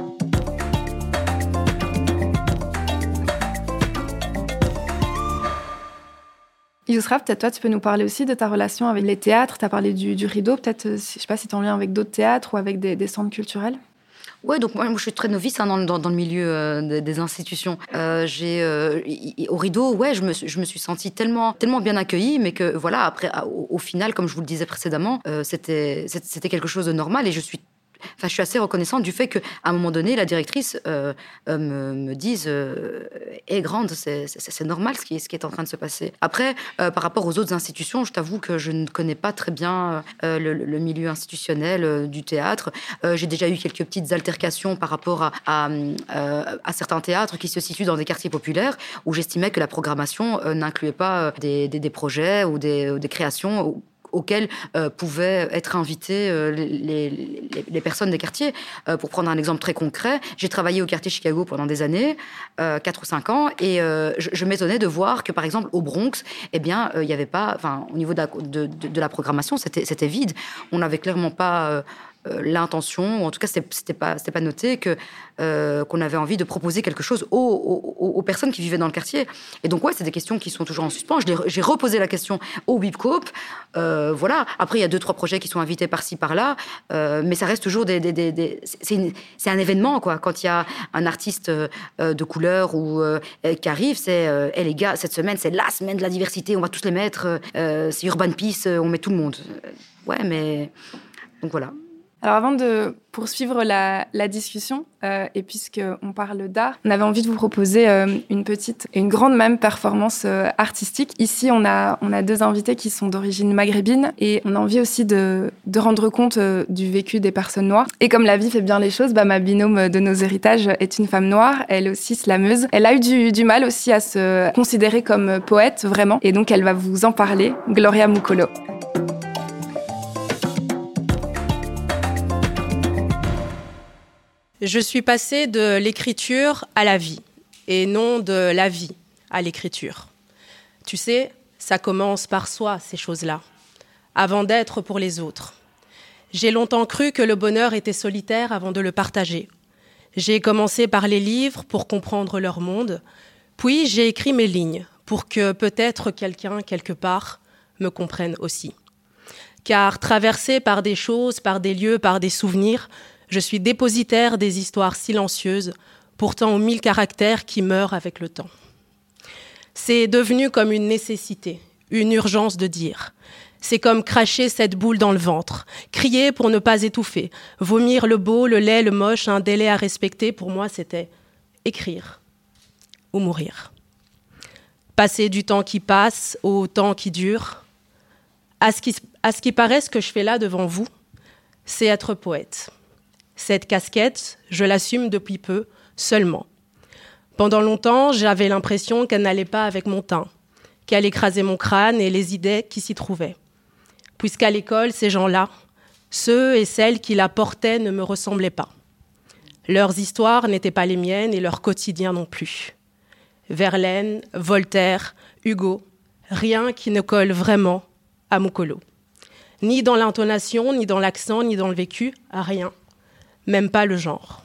Yousraf, peut-être toi, tu peux nous parler aussi de ta relation avec les théâtres. Tu as parlé du, du rideau, peut-être, je ne sais pas si tu es en lien avec d'autres théâtres ou avec des, des centres culturels. Ouais, donc moi, moi je suis très novice hein, dans, dans, dans le milieu euh, des, des institutions. Euh, j'ai euh, au rideau, ouais, je me, je me suis sentie tellement, tellement bien accueillie, mais que voilà, après, au, au final, comme je vous le disais précédemment, euh, c'était, c'était quelque chose de normal et je suis Enfin, je suis assez reconnaissante du fait qu'à un moment donné, la directrice euh, euh, me, me dise euh, « Hé, grande, c'est, c'est, c'est normal ce qui, ce qui est en train de se passer. » Après, euh, par rapport aux autres institutions, je t'avoue que je ne connais pas très bien euh, le, le milieu institutionnel euh, du théâtre. Euh, j'ai déjà eu quelques petites altercations par rapport à, à, euh, à certains théâtres qui se situent dans des quartiers populaires où j'estimais que la programmation euh, n'incluait pas des, des, des projets ou des, des créations ou, auxquels euh, pouvaient être invitées euh, les, les, les personnes des quartiers. Euh, pour prendre un exemple très concret, j'ai travaillé au quartier Chicago pendant des années, euh, quatre ou cinq ans, et euh, je, je m'étonnais de voir que, par exemple, au Bronx, eh bien, il euh, n'y avait pas... Enfin, au niveau de la, de, de, de la programmation, c'était, c'était vide. On n'avait clairement pas... Euh, Euh, l'intention, ou en tout cas, c'était, c'était pas, c'était pas noté que, euh, qu'on avait envie de proposer quelque chose aux, aux, aux personnes qui vivaient dans le quartier. Et donc, ouais, c'est des questions qui sont toujours en suspens. Je l'ai, j'ai reposé la question au Bibcoop. Euh, voilà. Après, il y a deux, trois projets qui sont invités par-ci, par-là. Euh, mais ça reste toujours des... des, des, des c'est, une, c'est un événement, quoi. Quand il y a un artiste euh, de couleur ou, euh, qui arrive, c'est... Euh, hey, les gars, cette semaine, c'est la semaine de la diversité. On va tous les mettre. Euh, c'est Urban Peace. On met tout le monde. Ouais, mais... Donc, voilà. Alors avant de poursuivre la, la discussion, euh, et puisqu'on parle d'art, on avait envie de vous proposer euh, une petite et une grande même performance euh, artistique. Ici, on a, on a deux invités qui sont d'origine maghrébine et on a envie aussi de, de rendre compte euh, du vécu des personnes noires. Et comme la vie fait bien les choses, bah, ma binôme de nos héritages est une femme noire, elle est aussi slameuse. Elle a eu du, du mal aussi à se considérer comme poète, vraiment, et donc elle va vous en parler, Gloria Mukolo. Je suis passée de l'écriture à la vie, et non de la vie à l'écriture. Tu sais, ça commence par soi, ces choses-là, avant d'être pour les autres. J'ai longtemps cru que le bonheur était solitaire avant de le partager. J'ai commencé par les livres pour comprendre leur monde, puis j'ai écrit mes lignes pour que peut-être quelqu'un, quelque part, me comprenne aussi. Car traversée par des choses, par des lieux, par des souvenirs, je suis dépositaire des histoires silencieuses, pourtant aux mille caractères qui meurent avec le temps. C'est devenu comme une nécessité, une urgence de dire. C'est comme cracher cette boule dans le ventre, crier pour ne pas étouffer, vomir le beau, le laid, le moche, un délai à respecter. Pour moi, c'était écrire ou mourir. Passer du temps qui passe au temps qui dure. À ce qui, à ce qui paraît, ce que je fais là devant vous, c'est être poète. Cette casquette, je l'assume depuis peu, seulement. Pendant longtemps, j'avais l'impression qu'elle n'allait pas avec mon teint, qu'elle écrasait mon crâne et les idées qui s'y trouvaient. Puisqu'à l'école, ces gens-là, ceux et celles qui la portaient ne me ressemblaient pas. Leurs histoires n'étaient pas les miennes et leur quotidien non plus. Verlaine, Voltaire, Hugo, rien qui ne colle vraiment à Mukolo. Ni dans l'intonation, ni dans l'accent, ni dans le vécu, rien. Même pas le genre.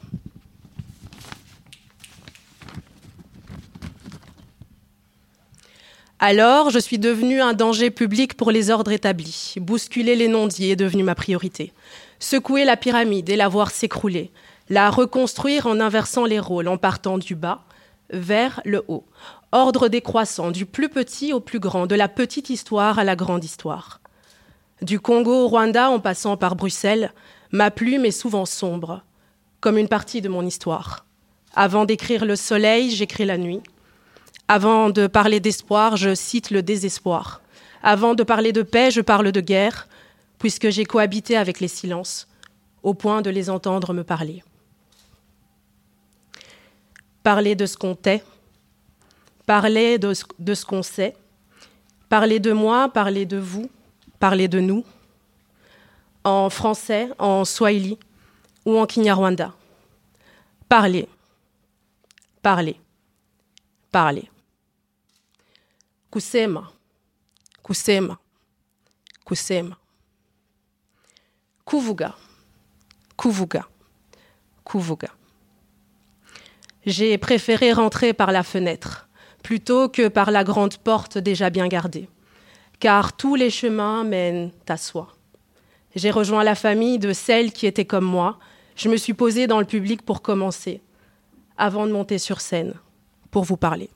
Alors, je suis devenue un danger public pour les ordres établis. Bousculer les non-dits est devenu ma priorité. Secouer la pyramide et la voir s'écrouler. La reconstruire en inversant les rôles, en partant du bas vers le haut. Ordre décroissant, du plus petit au plus grand, de la petite histoire à la grande histoire. Du Congo au Rwanda, en passant par Bruxelles, ma plume est souvent sombre, comme une partie de mon histoire. Avant d'écrire le soleil, j'écris la nuit. Avant de parler d'espoir, je cite le désespoir. Avant de parler de paix, je parle de guerre, puisque j'ai cohabité avec les silences, au point de les entendre me parler. Parler de ce qu'on tait, parler de ce, de ce qu'on sait, parler de moi, parler de vous, parler de nous, en français, en swahili ou en kinyarwanda. Parler, parler, parler. Kusema, kusema, kusema. Kuvuga, kuvuga, kuvuga. J'ai préféré rentrer par la fenêtre, plutôt que par la grande porte déjà bien gardée, car tous les chemins mènent à soi. J'ai rejoint la famille de celles qui étaient comme moi. Je me suis posée dans le public pour commencer, avant de monter sur scène, pour vous parler.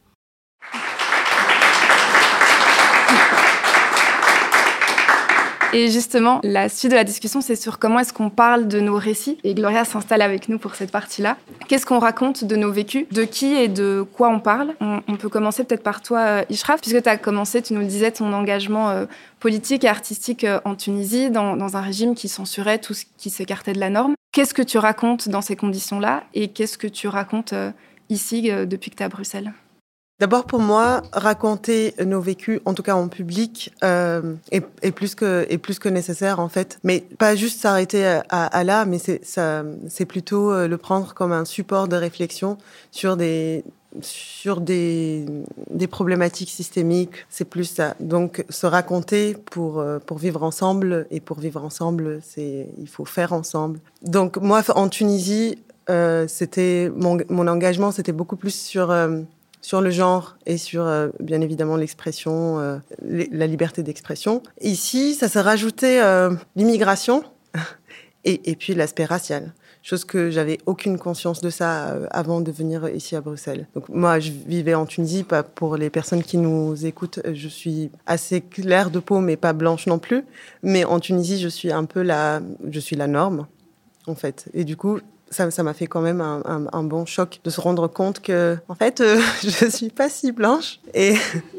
Et justement, la suite de la discussion, c'est sur comment est-ce qu'on parle de nos récits. Et Gloria s'installe avec nous pour cette partie-là. Qu'est-ce qu'on raconte de nos vécus? De qui et de quoi on parle? On, on peut commencer peut-être par toi, Ishraf, puisque tu as commencé, tu nous le disais, ton engagement euh, politique et artistique euh, en Tunisie, dans, dans un régime qui censurait tout ce qui s'écartait de la norme. Qu'est-ce que tu racontes dans ces conditions-là? Et qu'est-ce que tu racontes euh, ici, euh, depuis que tu es à Bruxelles? D'abord, pour moi, raconter nos vécus, en tout cas en public, euh, est, est plus que est plus que nécessaire en fait. Mais pas juste s'arrêter à, à là, mais c'est ça, c'est plutôt le prendre comme un support de réflexion sur des sur des des problématiques systémiques. C'est plus ça. Donc, se raconter pour pour vivre ensemble, et pour vivre ensemble, c'est il faut faire ensemble. Donc, moi, en Tunisie, euh, c'était mon mon engagement, c'était beaucoup plus sur euh, sur le genre et sur, euh, bien évidemment, l'expression, euh, la liberté d'expression. Ici, ça s'est rajouté euh, l'immigration et, et puis l'aspect racial, chose que j'avais aucune conscience de ça euh, avant de venir ici à Bruxelles. Donc moi, je vivais en Tunisie, pas pour les personnes qui nous écoutent, je suis assez claire de peau, mais pas blanche non plus. Mais en Tunisie, je suis un peu la, je suis la norme, en fait. Et du coup, Ça, ça m'a fait quand même un, un, un bon choc de se rendre compte que, en fait, euh, je suis pas si blanche. Et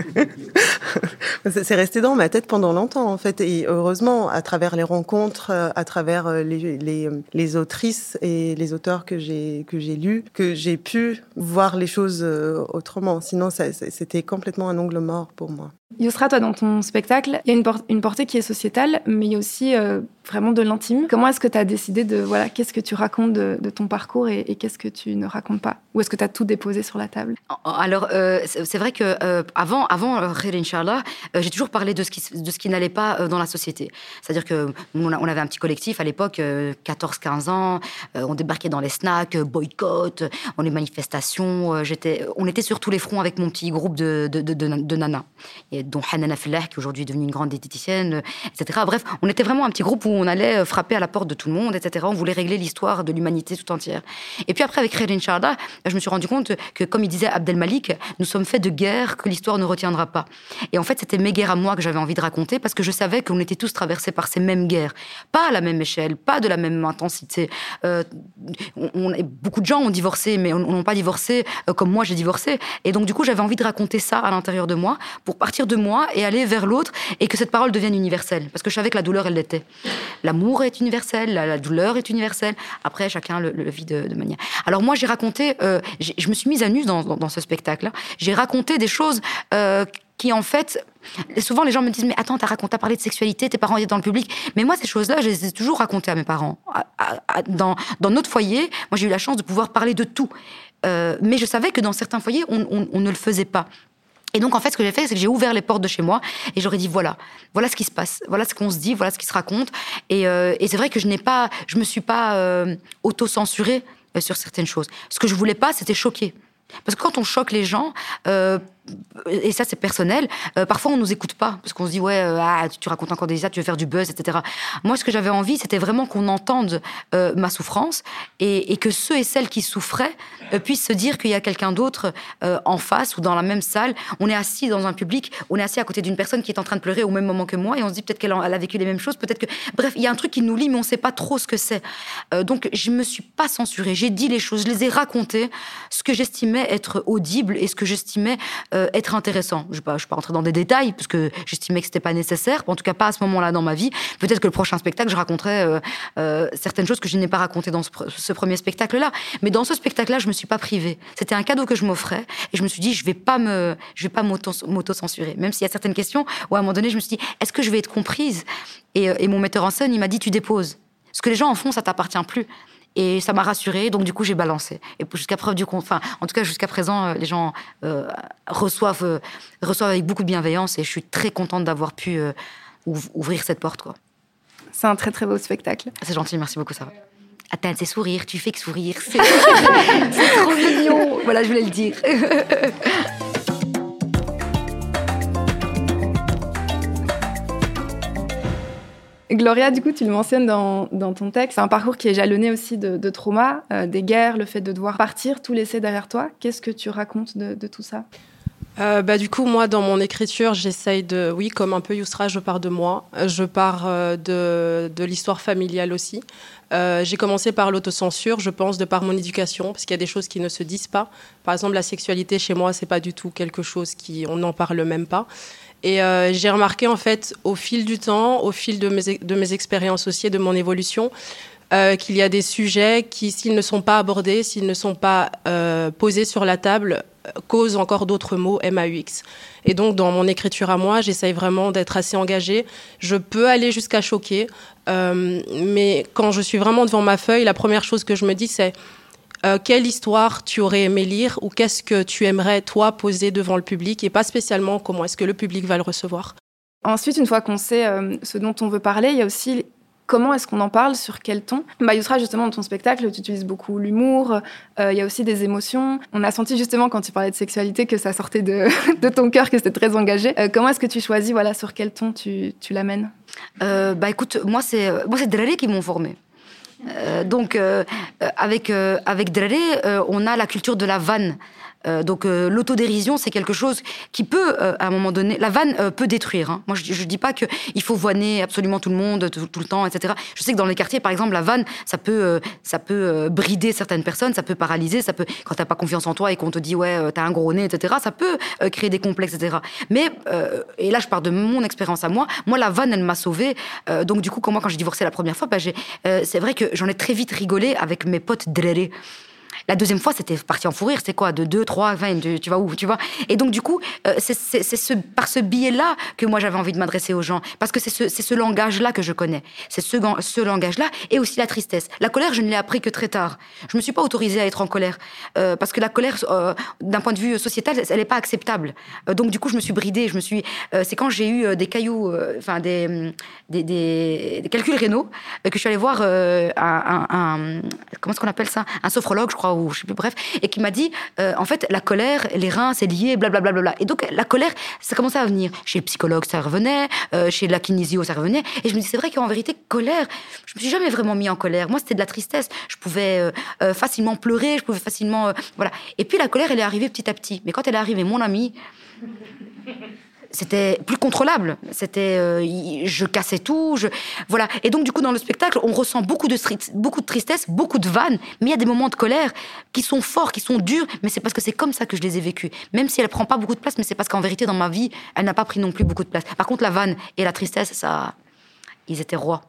c'est resté dans ma tête pendant longtemps, en fait. Et heureusement, à travers les rencontres, à travers les, les, les autrices et les auteurs que j'ai, que j'ai lus, que j'ai pu voir les choses autrement. Sinon, ça, c'était complètement un angle mort pour moi. Yousra, toi, dans ton spectacle, il y a une, por- une portée qui est sociétale, mais il y a aussi euh, vraiment de l'intime. Comment est-ce que tu as décidé de, voilà, qu'est-ce que tu racontes de, de ton parcours et, et qu'est-ce que tu ne racontes pas? Ou est-ce que tu as tout déposé sur la table? Alors, euh, c'est, c'est vrai que euh, avant, avant Khair Inch'Allah, euh, j'ai toujours parlé de ce qui, de ce qui n'allait pas euh, dans la société. C'est-à-dire que nous, on, a, on avait un petit collectif à l'époque, euh, quatorze quinze ans, euh, on débarquait dans les snacks, euh, boycott, on les manifestations. Euh, j'étais, on était sur tous les fronts avec mon petit groupe de, de, de, de, de nanas. Et qui est, dont Hanana Fellah, qui aujourd'hui est devenue une grande diététicienne, euh, et cetera. Bref, on était vraiment un petit groupe où on allait frapper à la porte de tout le monde, et cetera. On voulait régler l'histoire de l'humanité tout entière. Et puis après, avec Khair Inch'Allah, je me suis rendu compte que, comme il disait Abdelmalik, nous sommes faits de guerres que l'histoire ne retiendra pas. Et en fait, c'était mes guerres à moi que j'avais envie de raconter, parce que je savais qu'on était tous traversés par ces mêmes guerres. Pas à la même échelle, pas de la même intensité. Euh, on, on, beaucoup de gens ont divorcé, mais on n'a pas divorcé euh, comme moi j'ai divorcé. Et donc, du coup, j'avais envie de raconter ça à l'intérieur de moi, pour partir de moi et aller vers l'autre, et que cette parole devienne universelle. Parce que je savais que la douleur, elle l'était. L'amour est universel, la, la douleur est universelle. Après, chacun le, le vit de, de manière. Alors moi, j'ai raconté, euh, j'ai, je me suis mise à nu dans, dans, dans ce spectacle-là. J'ai raconté des choses euh, qui, en fait, souvent les gens me disent, mais attends, t'as raconté, t'as parlé de sexualité, tes parents étaient dans le public. Mais moi, ces choses-là, je les ai toujours racontées à mes parents. À, à, à, dans, dans notre foyer, moi, j'ai eu la chance de pouvoir parler de tout. Euh, mais je savais que dans certains foyers, on, on, on ne le faisait pas. Et donc, en fait, ce que j'ai fait, c'est que j'ai ouvert les portes de chez moi et j'aurais dit, voilà, voilà ce qui se passe, voilà ce qu'on se dit, voilà ce qui se raconte. Et, euh, et c'est vrai que je n'ai pas, je me suis pas euh, auto-censurée euh, sur certaines choses. Ce que je voulais pas, c'était choquer. Parce que quand on choque les gens, euh, et ça c'est personnel, euh, parfois on nous écoute pas, parce qu'on se dit ouais, euh, ah, tu racontes encore des histoires, tu veux faire du buzz, et cetera. Moi, ce que j'avais envie, c'était vraiment qu'on entende euh, ma souffrance et, et que ceux et celles qui souffraient euh, puissent se dire qu'il y a quelqu'un d'autre euh, en face ou dans la même salle. On est assis dans un public, on est assis à côté d'une personne qui est en train de pleurer au même moment que moi et on se dit peut-être qu'elle a, elle a vécu les mêmes choses, peut-être que... Bref, il y a un truc qui nous lie, mais on sait pas trop ce que c'est. Euh, donc, je me suis pas censurée, j'ai dit les choses, je les ai racontées, ce que j'estimais être audible et ce que j'estimais euh, être intéressant. Je ne vais pas, je vais pas rentrer dans des détails parce que j'estimais que c'était pas nécessaire, en tout cas pas à ce moment-là dans ma vie. Peut-être que le prochain spectacle, je raconterai euh, euh, certaines choses que je n'ai pas racontées dans ce, ce premier spectacle-là. Mais dans ce spectacle-là, je me suis pas privée. C'était un cadeau que je m'offrais et je me suis dit, je vais pas me, je vais pas m'auto, m'auto-censurer. Même s'il y a certaines questions où à un moment donné, je me suis dit, est-ce que je vais être comprise? et, et mon metteur en scène, il m'a dit, tu déposes. Ce que les gens en font, ça t'appartient plus. Et ça m'a rassurée, donc du coup j'ai balancé. Et jusqu'à preuve du contraire, enfin, en tout cas jusqu'à présent, les gens euh, reçoivent, euh, reçoivent avec beaucoup de bienveillance et je suis très contente d'avoir pu euh, ouvrir cette porte, quoi. C'est un très très beau spectacle. C'est gentil, merci beaucoup, ça va. Attends, c'est sourire, tu fais que sourire, c'est, c'est trop mignon. Voilà, je voulais le dire. Gloria, du coup, tu le mentionnes dans, dans ton texte, c'est un parcours qui est jalonné aussi de, de traumas, euh, des guerres, le fait de devoir partir, tout laisser derrière toi. Qu'est-ce que tu racontes de, de tout ça? Euh, bah, du coup, moi, dans mon écriture, j'essaye de... Oui, comme un peu Yousra, je pars de moi. Je pars euh, de, de l'histoire familiale aussi. Euh, j'ai commencé par l'autocensure, je pense, de par mon éducation, parce qu'il y a des choses qui ne se disent pas. Par exemple, la sexualité, chez moi, c'est pas du tout quelque chose qui... On n'en parle même pas. Et euh, j'ai remarqué, en fait, au fil du temps, au fil de mes, de mes expériences aussi et de mon évolution, euh, qu'il y a des sujets qui, s'ils ne sont pas abordés, s'ils ne sont pas euh, posés sur la table, causent encore d'autres mots, M A U X. Et donc, dans mon écriture à moi, j'essaye vraiment d'être assez engagée. Je peux aller jusqu'à choquer, euh, mais quand je suis vraiment devant ma feuille, la première chose que je me dis, c'est Euh, quelle histoire tu aurais aimé lire ou qu'est-ce que tu aimerais, toi, poser devant le public et pas spécialement comment est-ce que le public va le recevoir. Ensuite, une fois qu'on sait euh, ce dont on veut parler, il y a aussi comment est-ce qu'on en parle, sur quel ton. Bah, Yousra, justement, dans ton spectacle, tu utilises beaucoup l'humour, euh, il y a aussi des émotions. On a senti justement, quand tu parlais de sexualité, que ça sortait de, de ton cœur, que c'était très engagé. Euh, comment est-ce que tu choisis, voilà, sur quel ton tu, tu l'amènes? euh, Bah écoute, moi, c'est, moi, c'est Draré qui m'ont formée. Euh, donc, euh, avec, euh, avec Draré, euh, on a la culture de la vanne. Euh, donc euh, l'autodérision, c'est quelque chose qui peut, euh, à un moment donné, la vanne euh, peut détruire. Hein. Moi, je, je dis pas que il faut vanner absolument tout le monde tout, tout le temps, et cetera. Je sais que dans les quartiers, par exemple, la vanne, ça peut, euh, ça peut euh, brider certaines personnes, ça peut paralyser, ça peut, quand t'as pas confiance en toi et qu'on te dit ouais, euh, t'as un gros nez, et cetera. Ça peut euh, créer des complexes, et cetera. Mais euh, et là, je pars de mon expérience à moi. Moi, la vanne, elle m'a sauvée. Euh, donc du coup, quand moi, quand j'ai divorcé la première fois, bah, j'ai, euh, c'est vrai que j'en ai très vite rigolé avec mes potes drérés. La deuxième fois, c'était parti en fou rire. C'est quoi, de deux, trois, vingt, tu vas où, tu vois? Et donc, du coup, euh, c'est, c'est, c'est ce, par ce biais-là que moi, j'avais envie de m'adresser aux gens. Parce que c'est ce, c'est ce langage-là que je connais. C'est ce, ce langage-là et aussi la tristesse. La colère, je ne l'ai appris que très tard. Je me suis pas autorisée à être en colère. Euh, parce que la colère, euh, d'un point de vue sociétal, elle n'est pas acceptable. Euh, donc, du coup, je me suis bridée. Je me suis, euh, c'est quand j'ai eu des cailloux, enfin, euh, des, des, des, des calculs rénaux, euh, que je suis allée voir euh, un, un, un, comment est-ce qu'on appelle ça? Un sophrologue, je crois. crois, ou je sais plus, bref, et qui m'a dit, euh, en fait, la colère, les reins, c'est lié, blablabla. Bla, bla, bla. Et donc, la colère, ça commençait à venir. Chez le psychologue, ça revenait, euh, chez la kinésio, ça revenait. Et je me dis, c'est vrai qu'en vérité, colère, je me suis jamais vraiment mis en colère. Moi, c'était de la tristesse. Je pouvais euh, euh, facilement pleurer, je pouvais facilement... Euh, voilà. Et puis, la colère, elle est arrivée petit à petit. Mais quand elle est arrivée, mon ami... C'était plus contrôlable. C'était, euh, je cassais tout. Je, voilà. Et donc, du coup, dans le spectacle, on ressent beaucoup de, beaucoup de tristesse, beaucoup de vannes, mais il y a des moments de colère qui sont forts, qui sont durs, mais c'est parce que c'est comme ça que je les ai vécus. Même si elle prend pas beaucoup de place, mais c'est parce qu'en vérité, dans ma vie, elle n'a pas pris non plus beaucoup de place. Par contre, la vanne et la tristesse, ça... Ils étaient rois.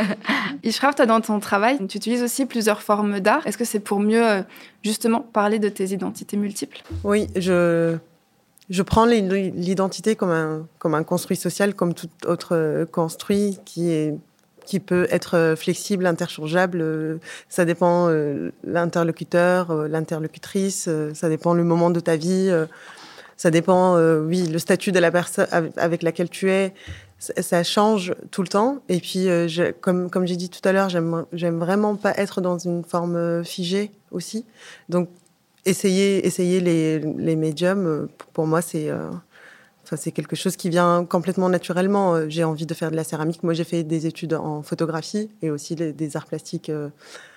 Ishraf, toi, dans ton travail, tu utilises aussi plusieurs formes d'art. Est-ce que c'est pour mieux, justement, parler de tes identités multiples ? Oui, je... Je prends l'identité comme un, comme un construit social, comme tout autre construit qui, est, qui peut être flexible, interchangeable. Ça dépend euh, l'interlocuteur, euh, l'interlocutrice, euh, ça dépend le moment de ta vie, euh, ça dépend, euh, oui, le statut de la personne avec laquelle tu es. Ça, ça change tout le temps. Et puis, euh, je, comme, comme j'ai dit tout à l'heure, j'aime, j'aime vraiment pas être dans une forme figée aussi. Donc, Essayer, essayer les, les médiums, pour moi, c'est, euh, enfin, c'est quelque chose qui vient complètement naturellement. J'ai envie de faire de la céramique. Moi, j'ai fait des études en photographie et aussi les, des arts plastiques euh,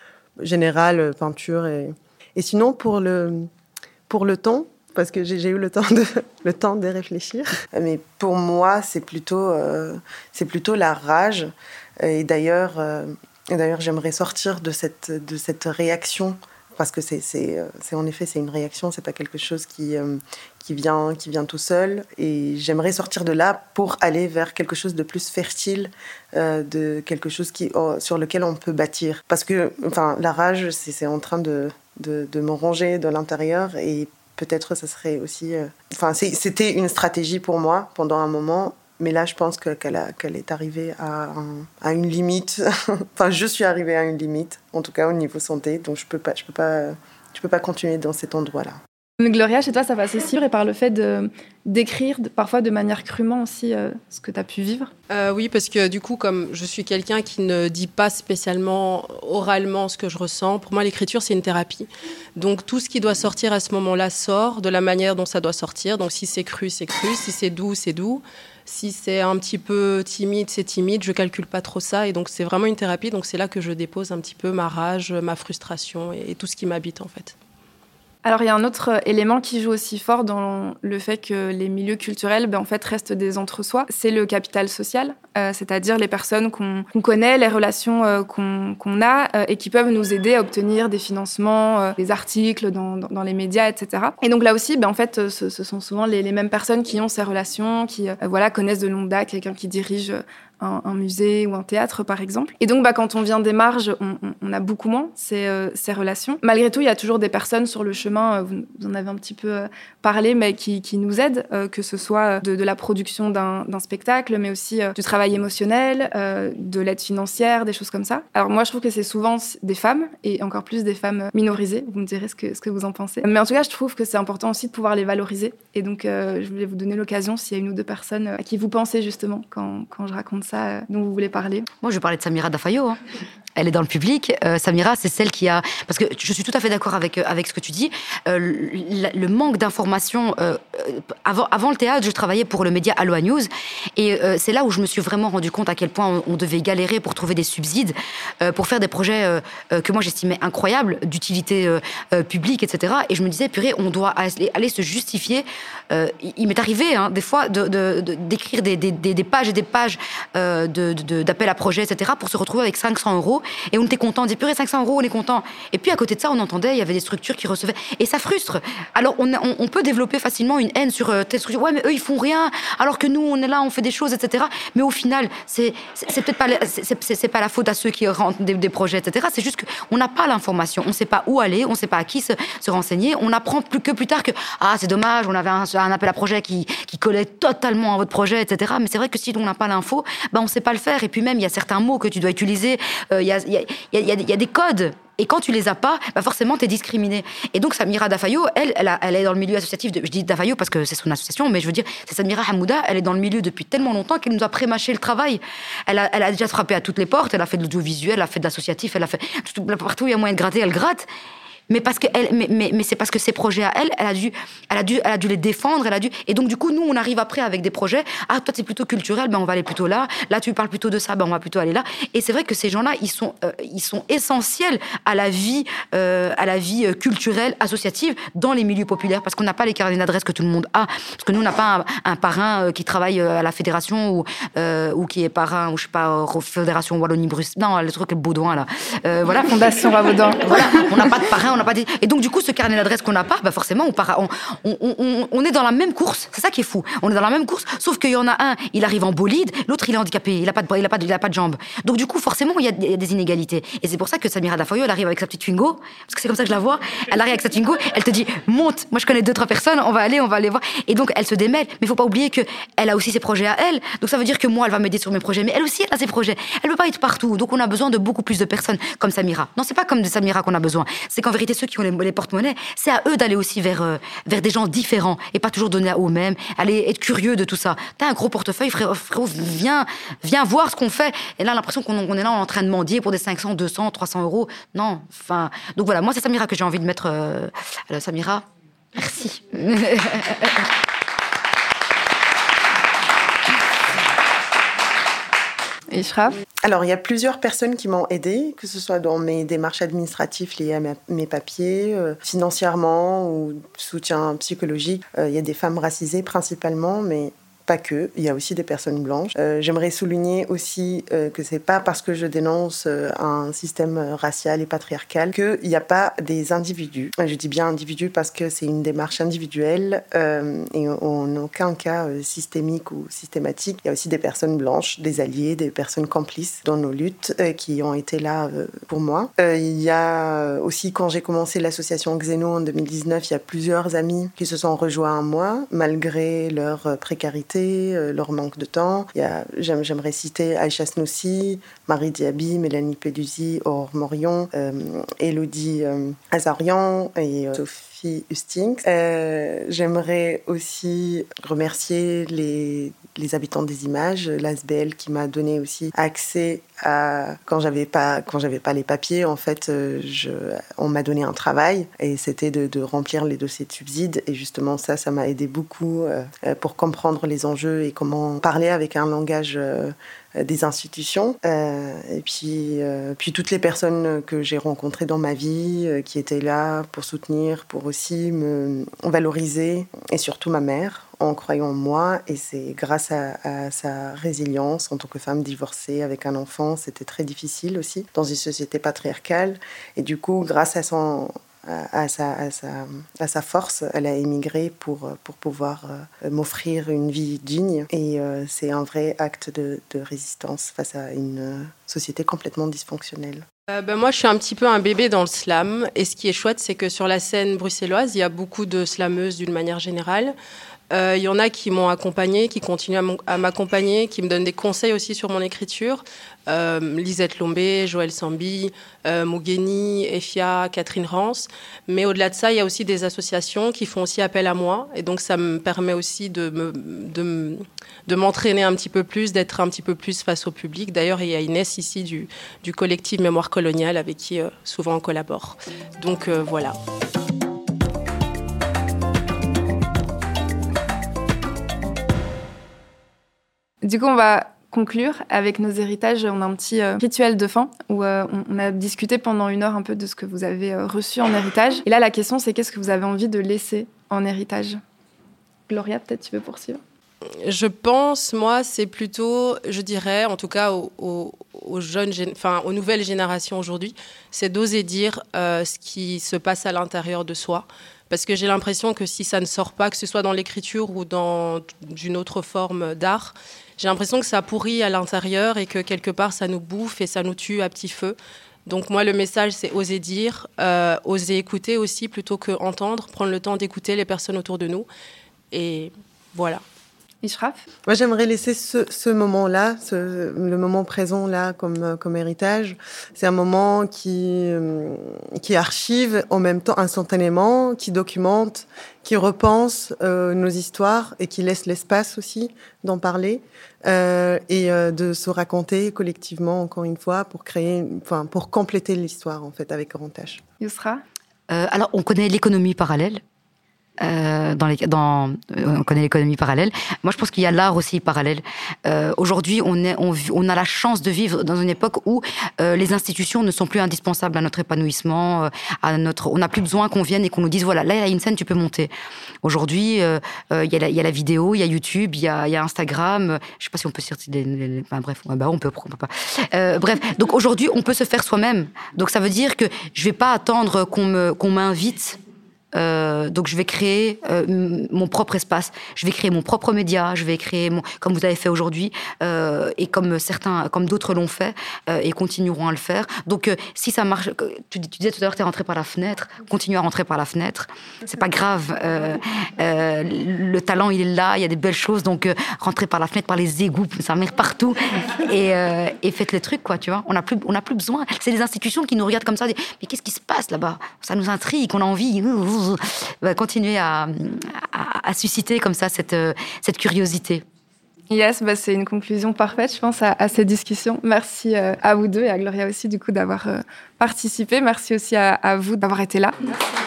général, peinture. Et, et sinon, pour le, pour le temps, parce que j'ai, j'ai eu le temps, de, le temps de réfléchir, mais pour moi, c'est plutôt, euh, c'est plutôt la rage. Et d'ailleurs, euh, et d'ailleurs j'aimerais sortir de cette, de cette réaction parce que c'est, c'est, c'est en effet c'est une réaction, c'est pas quelque chose qui, euh, qui, vient, qui vient tout seul. Et j'aimerais sortir de là pour aller vers quelque chose de plus fertile, euh, de quelque chose qui, oh, sur lequel on peut bâtir. Parce que enfin, la rage, c'est, c'est en train de, de, de me ronger de l'intérieur et peut-être ça serait aussi... Euh, enfin, c'est, c'était une stratégie pour moi pendant un moment. Mais là, je pense que, qu'elle, a, qu'elle est arrivée à, un, à une limite. Enfin, je suis arrivée à une limite, en tout cas au niveau santé. Donc, je ne peux pas, je peux pas, je peux pas continuer dans cet endroit-là. Gloria, chez toi, ça passe aussi par le fait de, d'écrire, de, parfois de manière crûment aussi, euh, ce que tu as pu vivre. Euh, oui, parce que du coup, comme je suis quelqu'un qui ne dit pas spécialement oralement ce que je ressens, pour moi, l'écriture, c'est une thérapie. Donc, tout ce qui doit sortir à ce moment-là sort de la manière dont ça doit sortir. Donc, si c'est cru, c'est cru. Si c'est doux, c'est doux. Si c'est un petit peu timide, c'est timide. Je calcule pas trop ça. Et donc, c'est vraiment une thérapie. Donc, c'est là que je dépose un petit peu ma rage, ma frustration et, et tout ce qui m'habite, en fait. Alors, il y a un autre élément qui joue aussi fort dans le fait que les milieux culturels, ben, en fait, restent des entre-soi. C'est le capital social, euh, c'est-à-dire les personnes qu'on, qu'on connaît, les relations euh, qu'on, qu'on a euh, et qui peuvent nous aider à obtenir des financements, euh, des articles dans, dans, dans les médias, et cetera. Et donc là aussi, ben, en fait, ce, ce sont souvent les, les mêmes personnes qui ont ces relations, qui euh, voilà, connaissent de longue date quelqu'un qui dirige un, un musée ou un théâtre, par exemple. Et donc, bah, quand on vient des marges, on, on, on a beaucoup moins ces, euh, ces relations. Malgré tout, il y a toujours des personnes sur le chemin, euh, vous, vous en avez un petit peu euh, parlé, mais qui, qui nous aident, euh, que ce soit de, de la production d'un, d'un spectacle, mais aussi euh, du travail émotionnel, euh, de l'aide financière, des choses comme ça. Alors moi, je trouve que c'est souvent des femmes, et encore plus des femmes minorisées. Vous me direz ce que, ce que vous en pensez. Mais en tout cas, je trouve que c'est important aussi de pouvoir les valoriser. Et donc, euh, je voulais vous donner l'occasion, s'il y a une ou deux personnes à qui vous pensez, justement, quand, quand je raconte ça, euh, dont vous voulez parler. Moi, je vais parler de Samira Dafayo. Hein. Elle est dans le public. Euh, Samira, c'est celle qui a... Parce que je suis tout à fait d'accord avec, avec ce que tu dis. Euh, le, le manque d'informations... Euh, avant, avant le théâtre, je travaillais pour le média Aloha News. Et euh, c'est là où je me suis vraiment rendu compte à quel point on, on devait galérer pour trouver des subsides, euh, pour faire des projets euh, euh, que moi j'estimais incroyables, d'utilité euh, euh, publique, et cetera. Et je me disais, purée, on doit aller, aller se justifier. Euh, il m'est arrivé, hein, des fois, de, de, de, d'écrire des, des, des pages et des pages euh, de, de, d'appels à projets, et cetera, pour se retrouver avec cinq cents euros. Et on était content, on disait, purée, cinq cents euros, on est content. Et puis à côté de ça, on entendait, il y avait des structures qui recevaient. Et ça frustre. Alors on, on, on peut développer facilement une haine sur euh, telle structure. Ouais, mais eux, ils font rien. Alors que nous, on est là, on fait des choses, et cetera. Mais au final, c'est, c'est, c'est peut-être pas, c'est, c'est, c'est pas la faute à ceux qui rentrent des, des projets, et cetera. C'est juste qu'on n'a pas l'information. On ne sait pas où aller, on ne sait pas à qui se, se renseigner. On apprend plus que plus tard que, ah, c'est dommage, on avait un, un appel à projet qui, qui collait totalement à votre projet, et cetera. Mais c'est vrai que si on n'a pas l'info, ben, on ne sait pas le faire. Et puis même, il y a certains mots que tu dois utiliser. Euh, il y a, il y a, il y a, il y a des codes. Et quand tu les as pas, bah forcément, t'es discriminé. Et donc, Samira Dafayo, elle, elle, a, elle est dans le milieu associatif. De, je dis Dafayo parce que c'est son association, mais je veux dire, c'est Samira Hamouda. Elle est dans le milieu depuis tellement longtemps qu'elle nous a prémâché le travail. Elle a, elle a déjà frappé à toutes les portes. Elle a fait de l'audiovisuel, elle a fait de l'associatif, elle a fait tout, partout où il y a moyen de gratter, elle gratte. Mais parce que elle, mais, mais, mais c'est parce que ses projets à elle, elle a dû, elle a dû, elle a dû les défendre, elle a dû. Et donc du coup, nous, on arrive après avec des projets. Ah, toi, c'est plutôt culturel, ben on va aller plutôt là. Là, tu parles plutôt de ça, ben on va plutôt aller là. Et c'est vrai que ces gens-là, ils sont, euh, ils sont essentiels à la vie, euh, à la vie culturelle, associative dans les milieux populaires, parce qu'on n'a pas les carnets d'adresses que tout le monde a. Parce que nous, on n'a pas un, un parrain qui travaille à la fédération ou, euh, ou qui est parrain, ou je sais pas, Fédération Wallonie-Bruxelles. Non, le truc, le Baudouin, là. Euh, voilà. Fondation Rabaudin. Voilà. On n'a pas de parrain, on n'a pas de... Et donc, du coup, ce carnet d'adresses qu'on n'a pas, bah forcément, on, para... on, on, on, on est dans la même course. C'est ça qui est fou. On est dans la même course, sauf qu'il y en a un, il arrive en bolide, l'autre, il est handicapé, il n'a pas de bras, il n'a pas de, il a pas de jambes. Donc, du coup, forcément, il y, a, il y a des inégalités. Et c'est pour ça que Samira Dafoyo, elle arrive avec sa petite Twingo, parce que c'est comme ça que je la vois. Elle arrive avec sa Twingo, elle te dit, monte. Moi, je connais deux, trois personnes, on va aller, on va aller voir. Et donc, elle se démêle. Mais il faut pas oublier que elle a aussi ses projets à elle. Donc, ça veut dire que moi, elle va m'aider sur mes projets. Mais elle aussi, elle a ses projets. Elle peut pas être partout. Donc, on a besoin de beaucoup plus de personnes comme Samira. Non, c'est pas comme de Samira qu'on a besoin. C'est qu'en vérité, ceux qui ont les, les porte-monnaies, c'est à eux d'aller aussi vers, euh, vers des gens différents et pas toujours donner à eux-mêmes. Aller être curieux de tout ça. T'as un gros portefeuille, frérot, frérot viens, viens voir ce qu'on fait. Et là, l'impression qu'on on est là en train de mendier pour des cinq cents, deux cents, trois cents euros. Non, enfin. Donc voilà, moi, c'est Samira que j'ai envie de mettre. Euh, alors, Samira, merci. Ishraf? Alors, il y a plusieurs personnes qui m'ont aidée, que ce soit dans mes démarches administratives liées à ma, mes papiers, euh, financièrement ou soutien psychologique. Euh, il y a des femmes racisées principalement, mais pas que, il y a aussi des personnes blanches. Euh, j'aimerais souligner aussi euh, que c'est pas parce que je dénonce euh, un système racial et patriarcal qu'il n'y a pas des individus. Je dis bien individus parce que c'est une démarche individuelle euh, et en aucun cas euh, systémique ou systématique. Il y a aussi des personnes blanches, des alliés, des personnes complices dans nos luttes euh, qui ont été là euh, pour moi. Euh, il y a aussi, quand j'ai commencé l'association Xeno en deux mille dix-neuf, il y a plusieurs amis qui se sont rejoints à moi, malgré leur précarité, leur manque de temps. Il y a, j'aime, j'aimerais citer Aïcha Snoussi, Marie Diaby, Mélanie Peduzzi, Aurore Morion, euh, Élodie euh, Azarian et euh, Sophie Hustings. Euh, j'aimerais aussi remercier les, les habitants des images, l'A S B L qui m'a donné aussi accès à... Quand j'avais pas, quand j'avais pas les papiers, en fait, je, on m'a donné un travail et c'était de, de remplir les dossiers de subsides. Et justement, ça, ça m'a aidé beaucoup euh, pour comprendre les enjeux et comment parler avec un langage euh, des institutions. Euh, et puis, euh, puis toutes les personnes que j'ai rencontrées dans ma vie, euh, qui étaient là pour soutenir, pour aussi me valoriser, et surtout ma mère, en croyant en moi. Et c'est grâce à, à sa résilience en tant que femme divorcée avec un enfant, c'était très difficile aussi dans une société patriarcale. Et du coup, grâce à son... À, à, sa, à, sa, à sa force, elle a émigré pour, pour pouvoir euh, m'offrir une vie digne. Et euh, c'est un vrai acte de, de résistance face à une euh, société complètement dysfonctionnelle. Euh, ben moi, je suis un petit peu un bébé dans le slam. Et ce qui est chouette, c'est que sur la scène bruxelloise, il y a beaucoup de slameuses d'une manière générale. Il euh, y en a qui m'ont accompagnée, qui continuent à, mon, à m'accompagner, qui me donnent des conseils aussi sur mon écriture. Euh, Lisette Lombé, Joël Sambi, euh, Mougeni, Efia, Catherine Rance. Mais au-delà de ça, il y a aussi des associations qui font aussi appel à moi. Et donc, ça me permet aussi de, me, de, de m'entraîner un petit peu plus, d'être un petit peu plus face au public. D'ailleurs, il y a Inès ici du, du collectif Mémoire coloniale avec qui euh, souvent on collabore. Donc, euh, voilà. Du coup, on va conclure avec nos héritages. On a un petit euh, rituel de fin où euh, on, on a discuté pendant une heure un peu de ce que vous avez euh, reçu en héritage. Et là, la question, c'est qu'est-ce que vous avez envie de laisser en héritage? Gloria, peut-être tu veux poursuivre? Je pense, moi, c'est plutôt, je dirais, en tout cas aux, aux, aux jeunes, enfin aux nouvelles générations aujourd'hui, c'est d'oser dire euh, ce qui se passe à l'intérieur de soi. Parce que j'ai l'impression que si ça ne sort pas, que ce soit dans l'écriture ou dans une autre forme d'art, j'ai l'impression que ça pourrit à l'intérieur et que quelque part ça nous bouffe et ça nous tue à petit feu. Donc moi le message c'est oser dire, euh, oser écouter aussi plutôt qu'entendre, prendre le temps d'écouter les personnes autour de nous. Et voilà. Ishraf? Moi, j'aimerais laisser ce, ce moment-là, ce, le moment présent-là comme, comme héritage. C'est un moment qui, qui archive en même temps instantanément, qui documente, qui repense euh, nos histoires et qui laisse l'espace aussi d'en parler euh, et euh, de se raconter collectivement, encore une fois, pour créer, enfin, pour compléter l'histoire, en fait, avec Grand H. Yousra? euh, Alors, on connaît l'économie parallèle. Euh, dans les, dans, euh, on connaît l'économie parallèle. Moi, je pense qu'il y a l'art aussi parallèle. Euh, aujourd'hui, on, est, on, on a la chance de vivre dans une époque où euh, les institutions ne sont plus indispensables à notre épanouissement. Euh, à notre, on n'a plus besoin qu'on vienne et qu'on nous dise voilà, là, il y a une scène, tu peux monter. Aujourd'hui, euh, euh, il y a la, il y a la vidéo, il y a YouTube, il y a, il y a Instagram. Euh, je sais pas si on peut sortir des, les, les, enfin, bref, ouais, bah, on peut, on peut pas. Euh, bref, donc aujourd'hui, on peut se faire soi-même. Donc ça veut dire que je vais pas attendre qu'on me, qu'on m'invite. Euh, donc je vais créer euh, m- mon propre espace, je vais créer mon propre média, je vais créer mon, comme vous avez fait aujourd'hui euh, et comme certains, comme d'autres l'ont fait euh, et continueront à le faire. Donc euh, si ça marche, tu, tu disais tout à l'heure t'es rentré par la fenêtre, continue à rentrer par la fenêtre, c'est pas grave. Euh, euh, le talent il est là, il y a des belles choses, donc euh, rentrez par la fenêtre, par les égouts, ça mire partout et, euh, et faites les trucs quoi, tu vois. On n'a plus, on n'a plus besoin. C'est les institutions qui nous regardent comme ça, mais qu'est-ce qui se passe là-bas ? Ça nous intrigue, on a envie. Va continuer à, à, à susciter comme ça cette, cette curiosité. Yes, bah c'est une conclusion parfaite, je pense, à, à cette discussion. Merci euh, à vous deux et à Gloria aussi, du coup, d'avoir euh, participé. Merci aussi à, à vous d'avoir été là.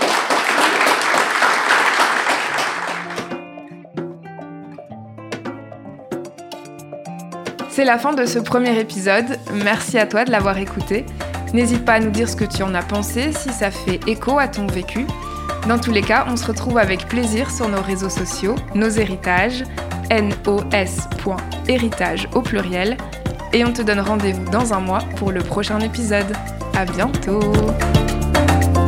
C'est la fin de ce premier épisode. Merci à toi de l'avoir écouté. N'hésite pas à nous dire ce que tu en as pensé, si ça fait écho à ton vécu. Dans tous les cas, on se retrouve avec plaisir sur nos réseaux sociaux, Nos Héritages, N O S point héritage au pluriel. Et on te donne rendez-vous dans un mois pour le prochain épisode. À bientôt!